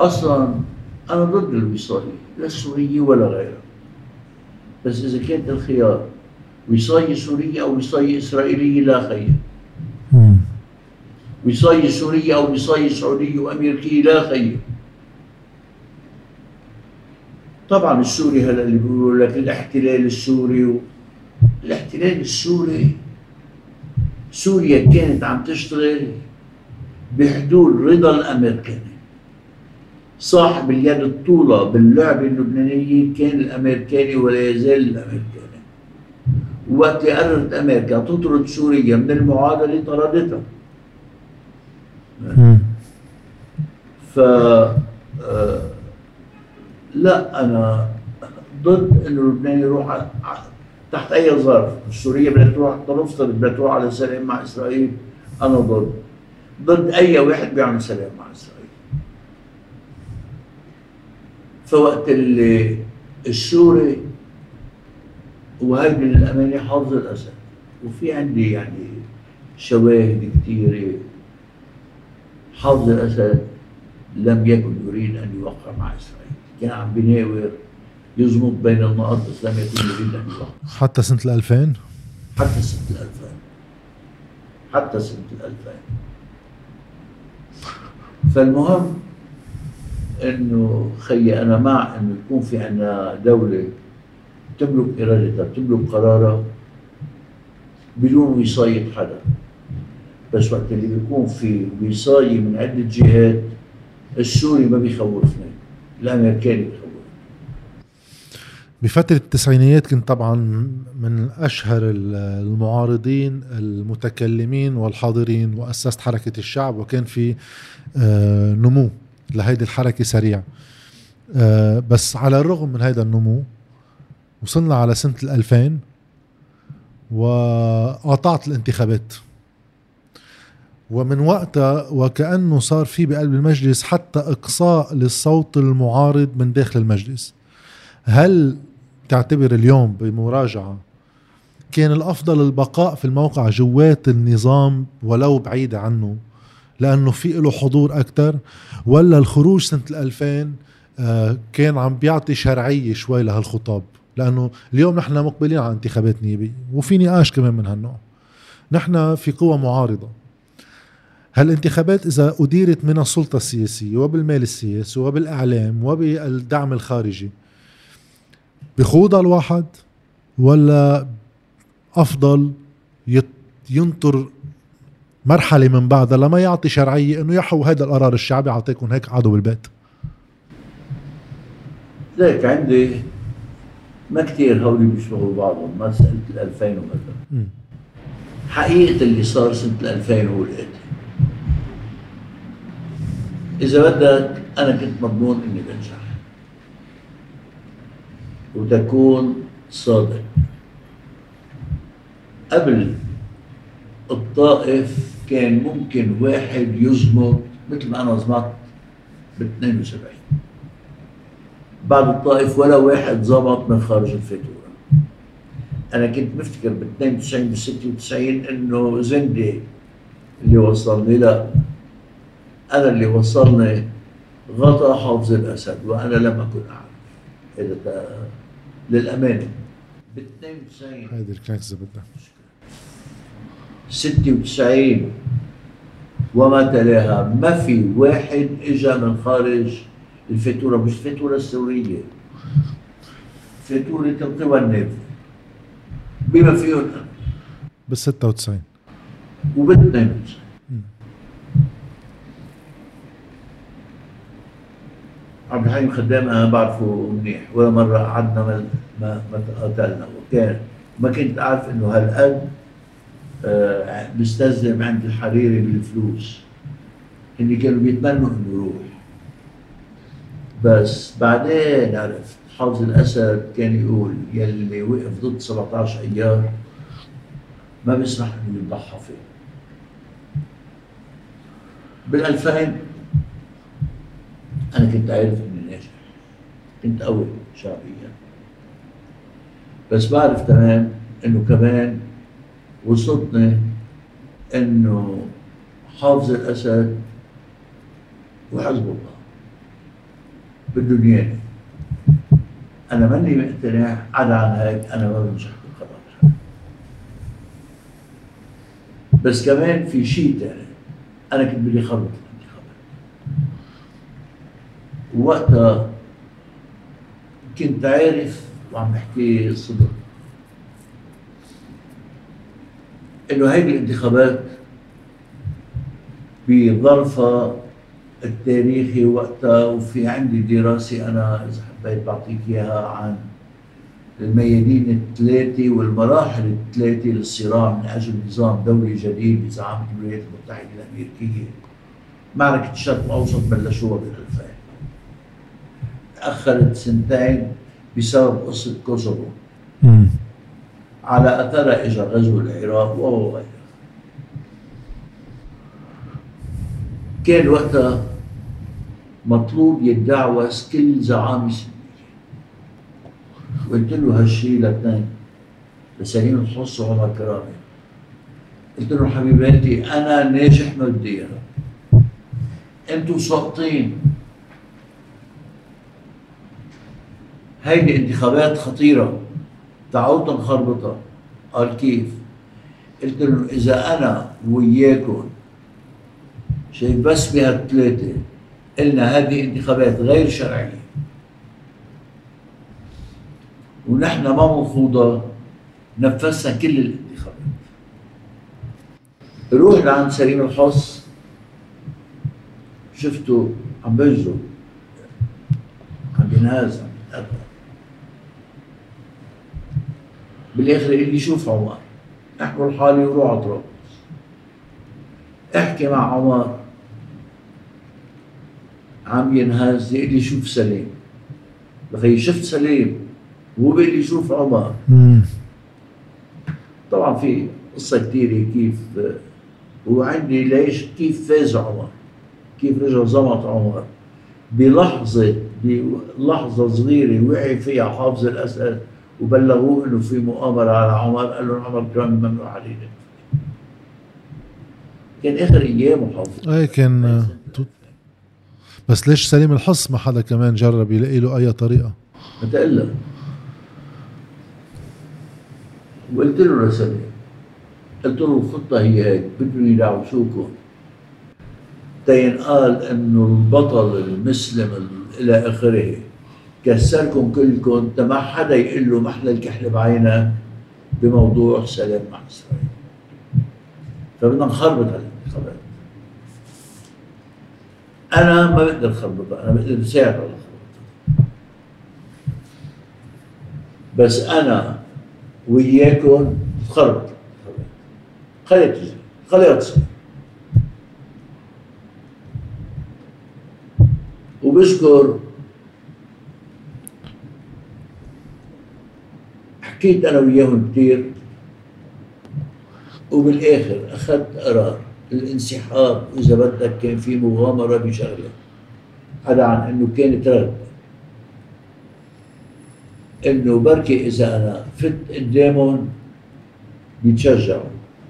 اصلا انا ضد الوصايه، لا السوريه ولا غيرها. بس اذا كانت الخيار وصايه سوريه او وصايه اسرائيليه لا خير. مم. وصايه سوريه او وصايه سعوديه وامريكيه لا خير. طبعا السوري هلا اللي بيقولوا لك الاحتلال السوري و... الاحتلال السوري، سوريا كانت عم تشتغل بحدود رضا الامريكاني. صاحب اليد الطولة باللعبة اللبنانية كان الامريكاني ولا يزال الامريكاني. وقت اللي قررت امريكا تطرد سوريا من المعادلة طردتها. مم. ف آه، لا انا ضد انه لبنان يروح ع- ع- تحت اي ظرف. سوريا بدها تروح، تنفترض بدها تروح على سلام مع اسرائيل، انا ضد. ضد اي واحد بيعمل سلام مع اسرائيل. فوقت اللي السوري، وهيدي للامانه حافظ الاسد، وفي عندي يعني شواهد كثيره، حافظ الاسد لم يكن يريد ان يوقع مع اسرائيل، كان عم بيناور يزمط بين النقط بس لم يكن يريد ان يوقع. حتى سنة الألفين. حتى سنه الألفين، حتى سنه الألفين. فالمهم انه خيي انا مع انه يكون في عندنا دوله تملك ارادتها، تملك قرارها بدون وصايه حدا. بس وقت اللي بيكون في وصايه من عده جهات، السوري ما بيخوفني، الامريكاني بيخوفني. بفترة التسعينيات كنت طبعا من أشهر المعارضين المتكلمين والحاضرين، وأسست حركة الشعب، وكان في آه، نمو لهيدي الحركة سريع. آه، بس على الرغم من هيدا النمو وصلنا على سنة الألفين وقاطعت الانتخابات، ومن وقتها وكأنه صار في بقلب المجلس حتى إقصاء للصوت المعارض من داخل المجلس. هل تعتبر اليوم بمراجعة كان الأفضل البقاء في الموقع جوات النظام ولو بعيد عنه لأنه في له حضور أكتر، ولا الخروج سنة الألفين آه كان عم بيعطي شرعية شوي لهالخطاب؟ لأنه اليوم نحن مقبلين على انتخابات نيابية وفي نقاش كمان من هالنوع. نحن في قوة معارضة. هالانتخابات إذا أديرت من السلطة السياسية وبالمال السياسي وبالإعلام وبالدعم الخارجي، بخوضها الواحد ولا أفضل ينطر مرحلة من بعدها لما يعطي شرعية إنه يحو هذا القرار الشعبي عطيكم هيك قعدوا بالبيت؟ ليك عندي ما كتير هولي بيشبهوا بعضهم، ما سألت الألفين ومثلا. حقيقة اللي صار سنة الألفين هو الآتي. إذا بدك أنا كنت مضمون إني بنجح، وتكون صادق. قبل الطائف كان ممكن واحد يزمط مثل ما أنا زمطت ب اثنين وسبعين. بعد الطائف ولا واحد زبط من خارج الفاتورة. أنا كنت مفتكر ب اثنين وتسعين ب ستة وتسعين إنه زندي اللي وصلني، لا، أنا اللي وصلني غطى حافظ الأسد وأنا لم أكن أعرف. إذا للأمانة ب اثنين وتسعين هيدي الكنكسة بدها ستة وتسعين وما تلاها ما في واحد اجى من خارج الفاتوره، مش الفاتوره السوريه، فاتوره القوى النافذه بما فيهم انا بال ستة وتسعين وبال اثنين وتسعين. عبد الحليم خدام انا بعرفه منيح، ولا مره قعدنا ما ما ما تقاتلنا، وكان ما كنت اعرف انه هالقد آه بيستلزم عند الحريري بالفلوس. اللي كانوا بيتمنوا انه يروح. بس بعدين عرفت حافظ الاسد كان يقول يلي وقف ضد سبعة عشر ايار ما بيسمح انه يضحى فيه. بال ألفين انا كنت عارف اني ناجح، كنت قوي شعبيا، بس بعرف تمام انه كمان وصلتني انه حافظ الاسد وحزب الله بدهم اياني. انا ماني مقتنع، عدا عن هيك انا ما بنجح بالقرار. بس كمان في شيء ثاني، انا كنت بدي خلط الانتخابات، ووقتها كنت عارف وعم بحكي صدق انه هيدي الانتخابات بظرفها التاريخي وقتها، وفي عندي دراسة أنا إذا حبيت بعطيك إياها عن الميادين الثلاثة والمراحل الثلاثة للصراع من أجل نظام دولي جديد بزعامة الولايات المتحدة الأمريكية. معركة الشرق الأوسط بلشوها بالألفين، تأخرت سنتين بسبب قصة كوسوفو، على أثرها إجا غزو العراق وغيرها. كان وقتها مطلوب يتدعوس كل زعامة سنية، قلت له هالشيء لاثنين، لسليم الحص وعمر كرامة. قلت له حبيباتي أنا ناجح ماديا، أنتوا ساقطين، هيدي انتخابات خطيرة، تعالوا نخربطها. قال كيف؟ قلت له إذا أنا وياكم شايف بس بهالثلاثة قلنا هذه انتخابات غير شرعية ونحن ما منخوضة، نفذنا كل الانتخابات. روح لعند سليم الحص، شفته عم بجزر، عم بينهز، عم بيتقطع. بالاخر قال لي شوف عمر، احكوا لحالي وروح على طرابلس، احكي مع عمر عم ينهز. قال لي شوف سليم. بخي شفت سليم وهو بيقول لي شوف عمر. طبعا في قصه كثيره كيف وعندي ليش كيف فاز عمر، كيف رجع زمط عمر بلحظه بلحظه صغيره وعي فيها حافظ الاسد وبلغوه انه في مؤامره على عمر. قال له عمر كان ممنوع عليه، كان اخر ايامه حافظ. اي كان. بس ليش سليم الحص ما حدا كمان جرب يلاقي له اي طريقه؟ بتقلق. وقلت له لسليم، قلت له الخطه هي هيك، بدهم يدعوسوكم تينقال انه البطل المسلم الى اخره كسركم كلكم، ما حدا يقول له محلى الكحل بعينك بموضوع سلام مع اسرائيل. فبدنا نخربط هالانتخابات. انا ما بقدر اخربطها، انا بقدر اساعد على خربطها، بس انا وياكم تخربط خليها تجي، خليها تصير. وبشكر حكيت انا وياهم كثير، وبالاخر اخذت قرار الانسحاب. واذا بدك كان في مغامره بشغله، عدا عن انه كانت رغبه انه بركي اذا انا فت قدامهم بيتشجعوا.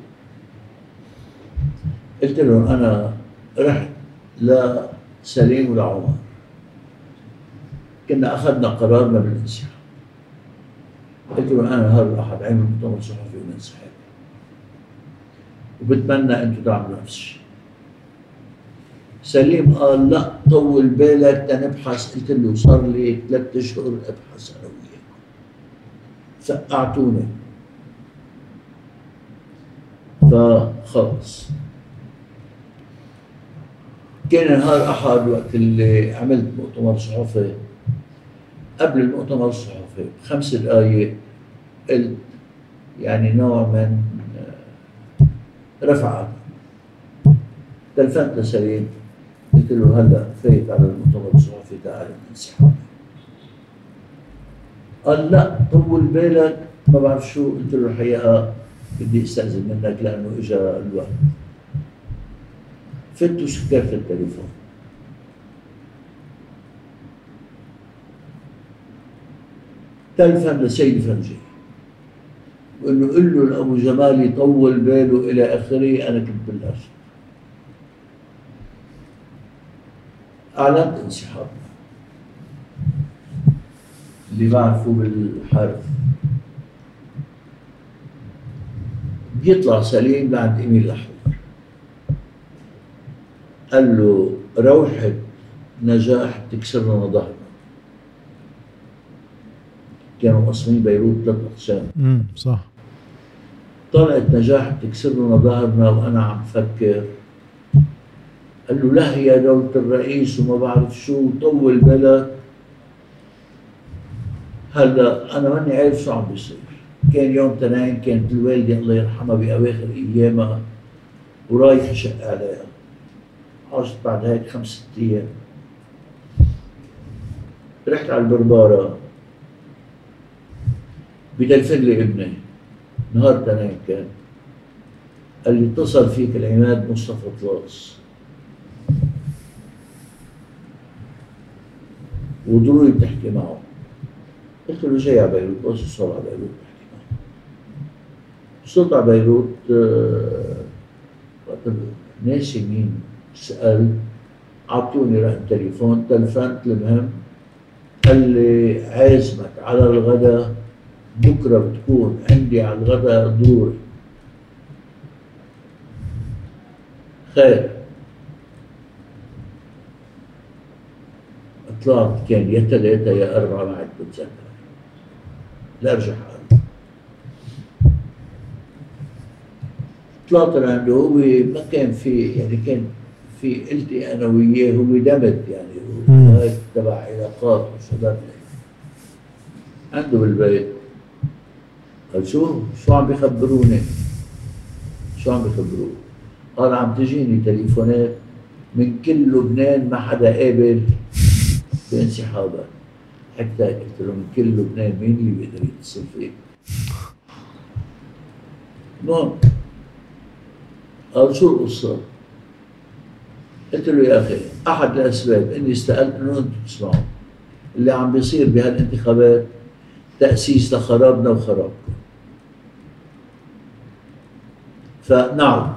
قلت لهم انا رحت لسليم ولعمر، كنا اخذنا قرارنا بالانسحاب. قلت لهم انا هذا الاحد عامل مؤتمر صحفي وننسحب، وبتمنى انتم تعملوا نفس الشيء. سليم قال لا طول بالك تنبحث. قلت له صار لي ثلاث اشهر ابحث انا وياكم، سقعتوني. فخلص كان نهار احد وقت اللي عملت مؤتمر صحفي، قبل المؤتمر الصحفي بخمس دقائق قلت يعني نوع من رفعت. تلفنت لسليم قلت له هلا فايت على المؤتمر الصحفي تعال الانسحاب. قال لا طول بالك ما بعرف شو. قلت له الحقيقه بدي استاذن منك لانه اجى الوقت. فت وسكرت التليفون. تلفن لسيد فرجي وانه قل له لابو جمال يطول باله الى اخره. انا كنت بالارشد. اعلنت انسحابنا. اللي بعرفه بالحرف بيطلع سليم لعند إيميل الأحمر، قال له روحة نجاح بتكسر لنا ظهرنا. كانوا مقسمين بيروت ثلاث أقسام. امم صح. طلعت نجاح بتكسر لنا ظهرنا وأنا عم فكر. قال له لا يا دولة الرئيس وما بعرف شو، طول بالك. هلا أنا ماني عارف شو عم بيصير. كان يوم تنين كانت الوالدة الله يرحمها بأواخر أيامها ورايح يشق عليها. عاشت بعد هيك خمس ست أيام. رحت على البربارة، بتلفن لي ابني نهار تنين كان، قال لي اتصل فيك العماد مصطفى طلاس وضروري بتحكي معه. قلت له جاي على بيروت، بس وصل على بيروت بحكي معه. وصلت على بيروت، آه ناسي مين سأل، عطوني رقم تليفون، تلفنت. المهم قال لي عازمك على الغداء بكره، بتكون عندي على الغداء ضروري. خير. طلعت كان يا ثلاثة يا أربعة ما عاد بتذكر، لا أرجع أقل. طلعت لعنده، هو ما كان في يعني كان في قلتي أنا وياه، هو دمت يعني هاي تبع علاقات وشباب عنده بالبيت. قال شو شو عم بيخبروني؟ شو عم بيخبروني؟ قال عم تجيني تليفونات من كل لبنان ما حدا قابل بانسحابك. حتى قلت له من كل لبنان مين اللي بيقدر يتصل فيك؟ المهم قال شو القصة؟ قلت له يا أخي أحد الأسباب إني استقلت إنه أنتم تسمعوا اللي عم بيصير بهالانتخابات تأسيس لخرابنا وخرابكم. فنعم.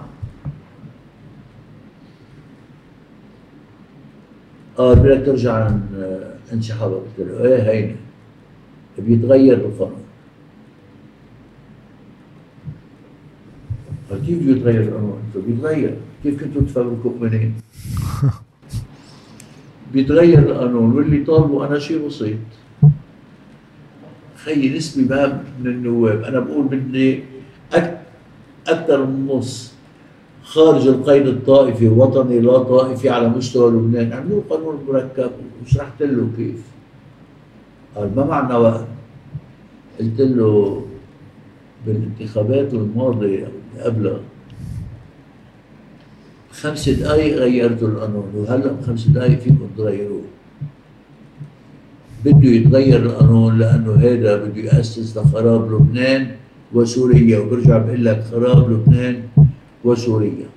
قال بدك ترجع عن انسحابك؟ قلت له ايه هينه، بيتغير القانون. قال كيف بده يتغير القانون؟ قلت له بيتغير، كيف كنتوا تفبركوا مؤمنين؟ بيتغير القانون واللي طالبه انا شيء بسيط. خيي نسبي ما من النواب، انا بقول بدي اكثر من نص خارج القيد الطائفي وطني لا طائفي على مستوى لبنان. عملوا قانون مركب وشرحت له كيف. قال ما معنى وقت؟ قلت له بالانتخابات الماضية اللي قبلها خمس دقائق غيرتوا القانون، وهلا بخمس دقائق فيكم تغيروه. بده يتغير القانون لانه هذا بده يأسس لخراب لبنان وسوريا، وبرجع بقول لك خراب لبنان وسوريا.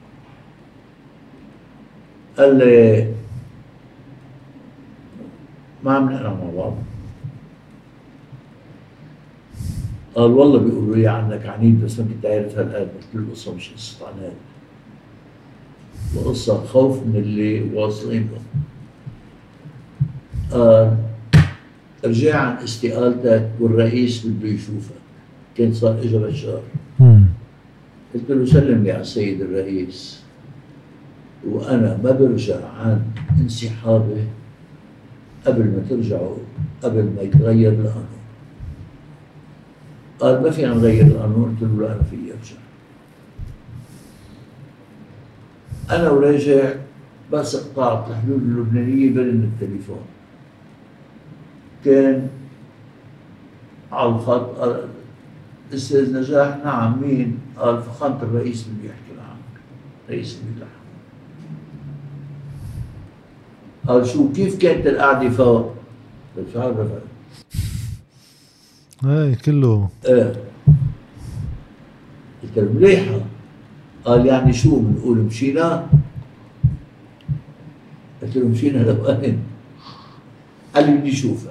قال لي ما عم نقرا مع بعض. قال والله بيقولوا لي عنك عنيد بس ما كنت عارف هالقد. قلت له القصه مش قصه عناد، وقصه خوف من اللي واصلين له. قال ارجع عن استقالتك والرئيس بده يشوفك. كان صار اجى بشار. قلت له سلم لي على السيد الرئيس وانا ما برجع عن انسحابي قبل ما ترجعوا، قبل ما يتغير القانون. قال ما فينا نغير القانون. قلت له لا انا فيي ارجع. انا وراجع بس قطعت الحدود اللبنانيه برن التليفون. كان على الخط استاذ نجاح. نعم مين؟ قال فخامة الرئيس بده يحكي معك، رئيس المجلس. قال شو كيف كانت القعده فوق؟ قلت شو عارف هاي كله ايه. قلت له مليحه. قال يعني شو بنقول مشينا؟ قلت له مشينا لوين؟ قال لي بدي اشوفك.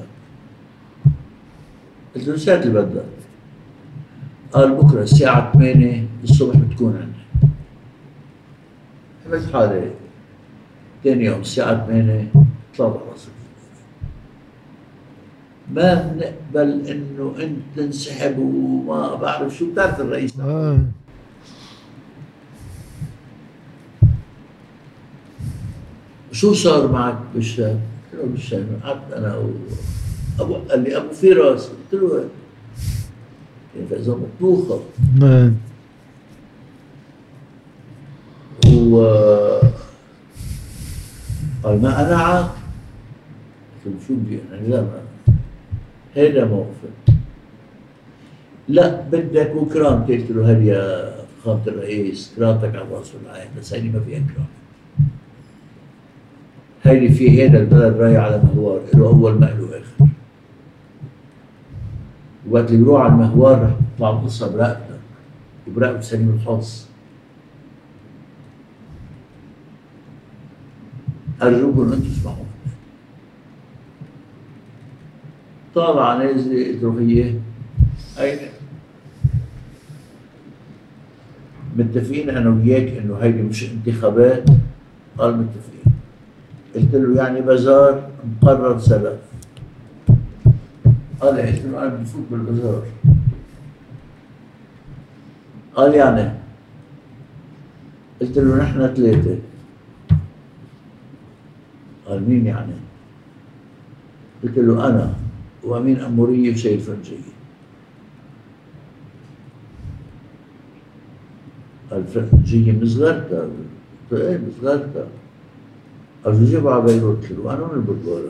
قلت له ساعة اللي بدك. قال بكره الساعة ثمانية الصبح بتكون عندي. عملت حالي ثاني يوم الساعة ثمانية طلعت على راسي. ما بنقبل انه انت تنسحب وما بعرف شو. بتعرف الرئيس آه. شو صار معك بالشام؟ قلت له بالشام قعدت انا و ابو قال لي ابو فراس، قلت له وين؟ يعني فاذا مطبوخه. نعم. و قال ما انا عاق. قلت له شو بدي يعني؟ لا ما هيدا موقفك. لا بدك وكرامتي. قلت له هل يا فخامة الرئيس كرامتك على الراس والعين، بس هيدي ما فيها كرامة. هيدي في هيدا البلد رايح على مهوار، له اول ما له اخر. وقت اللي بيروح على المهوار رح تطلع القصه برقبتك وبرقبة سليم الحظ. ارجوكم انتم اسمعوا. طالع نازل. قلت له هي اين متفقين انا وياك انه هيدي مش انتخابات؟ قال متفقين. قلت له يعني بازار مقرر سلف. قال قلت له انا بدي فوت بالبازار. قال يعني؟ قلت له نحن ثلاثه. قال مين يعني؟ قلت له انا وامين اموريه وسيد فرنجيه. قال فرنجيه من صغرتها. قلت له ايه من صغرتها. قال شو جيبها على بيروت؟ قلت له انا من البرجوله.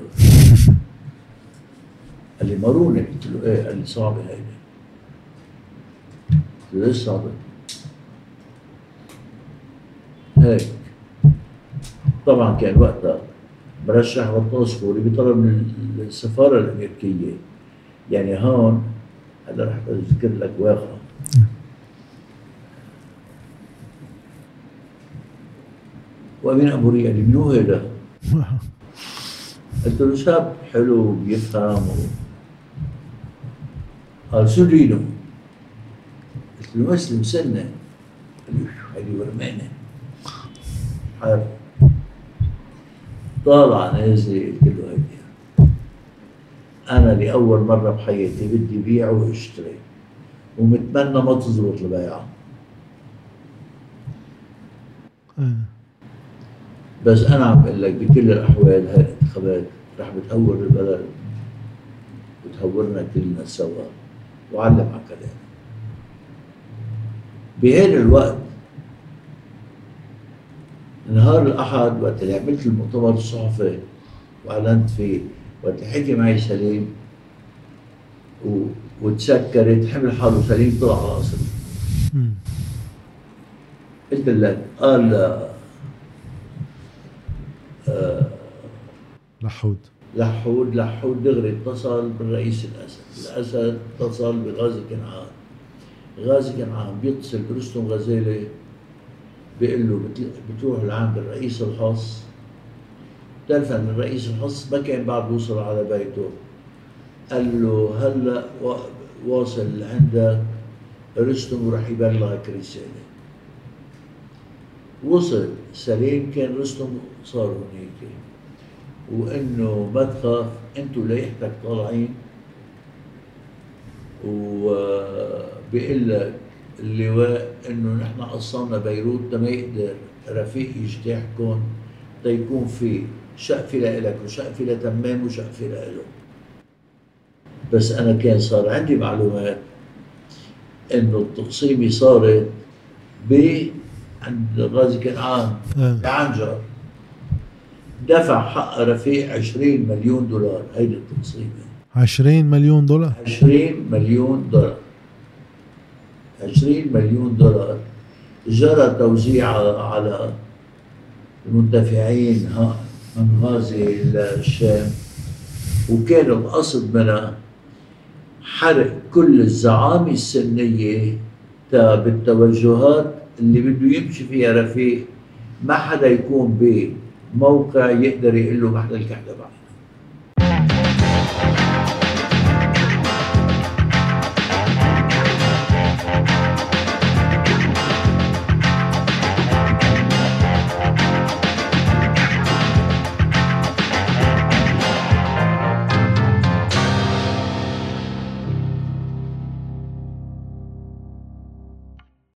قال لي مارونه. قلت له ايه؟ قال لي صعبه هيدي. قلت له ليش صعبه؟ هيك. طبعا كان وقتها برشح غطاس كوري بطلب من السفاره الامريكيه. يعني هون هلا رح اذكر لك واقعه. وامين اموريه قال لي منو هيدا؟ قلت له شاب حلو بيفهم و... قال شو دينه؟ قلت له مسلم سنه. قال لي هيدي ورمانه حارب. طالع نازل. قلت له هيدي انا لاول مره بحياتي بدي بيع واشتري ومتمنى ما تزبط البيعه. بس انا عم بقول لك بكل الاحوال هاي الانتخابات رح بتهور البلد وتهورنا كلنا سوا. وعلم على كلامي. بهذا الوقت نهار الاحد وقت اللي عملت المؤتمر الصحفي واعلنت فيه، وقت اللي حكي معي سليم و... وتسكرت حمل حاله سليم طلع على قصري. قلت لك قال آه لحود لحود لحود دغري اتصل بالرئيس الاسد، الاسد اتصل بغازي كنعان، غازي كنعان بيتصل برستم غزالي بيقول له بتروح لعند الرئيس الخاص. بتعرف ان الرئيس الخاص ما كان بعد وصل على بيته. قال له هلا واصل عندك رستم وراح يبلغك رساله. وصل سليم كان رستم صار هنيك وانه ما تخاف انتوا ليحتك طالعين. وبيقول لك اللواء انه نحن قصرنا بيروت ما يقدر رفيق يجتاحكم تيكون في شقفه لإلك وشقفه لتمام وشقفه لإله. بس انا كان صار عندي معلومات انه التقسيمه صارت ب عند غازي كنعان بعنجر. دفع حق رفيق عشرين مليون دولار. هيدي التقسيمه عشرين مليون دولار. عشرين مليون دولار. عشرين مليون دولار جرى توزيعها على المنتفعين من غازي للشام. وكان القصد منها حرق كل الزعامة السنية بالتوجهات اللي بده يمشي فيها رفيق. ما حدا يكون بموقع يقدر يقول له محل الكحلة بعد.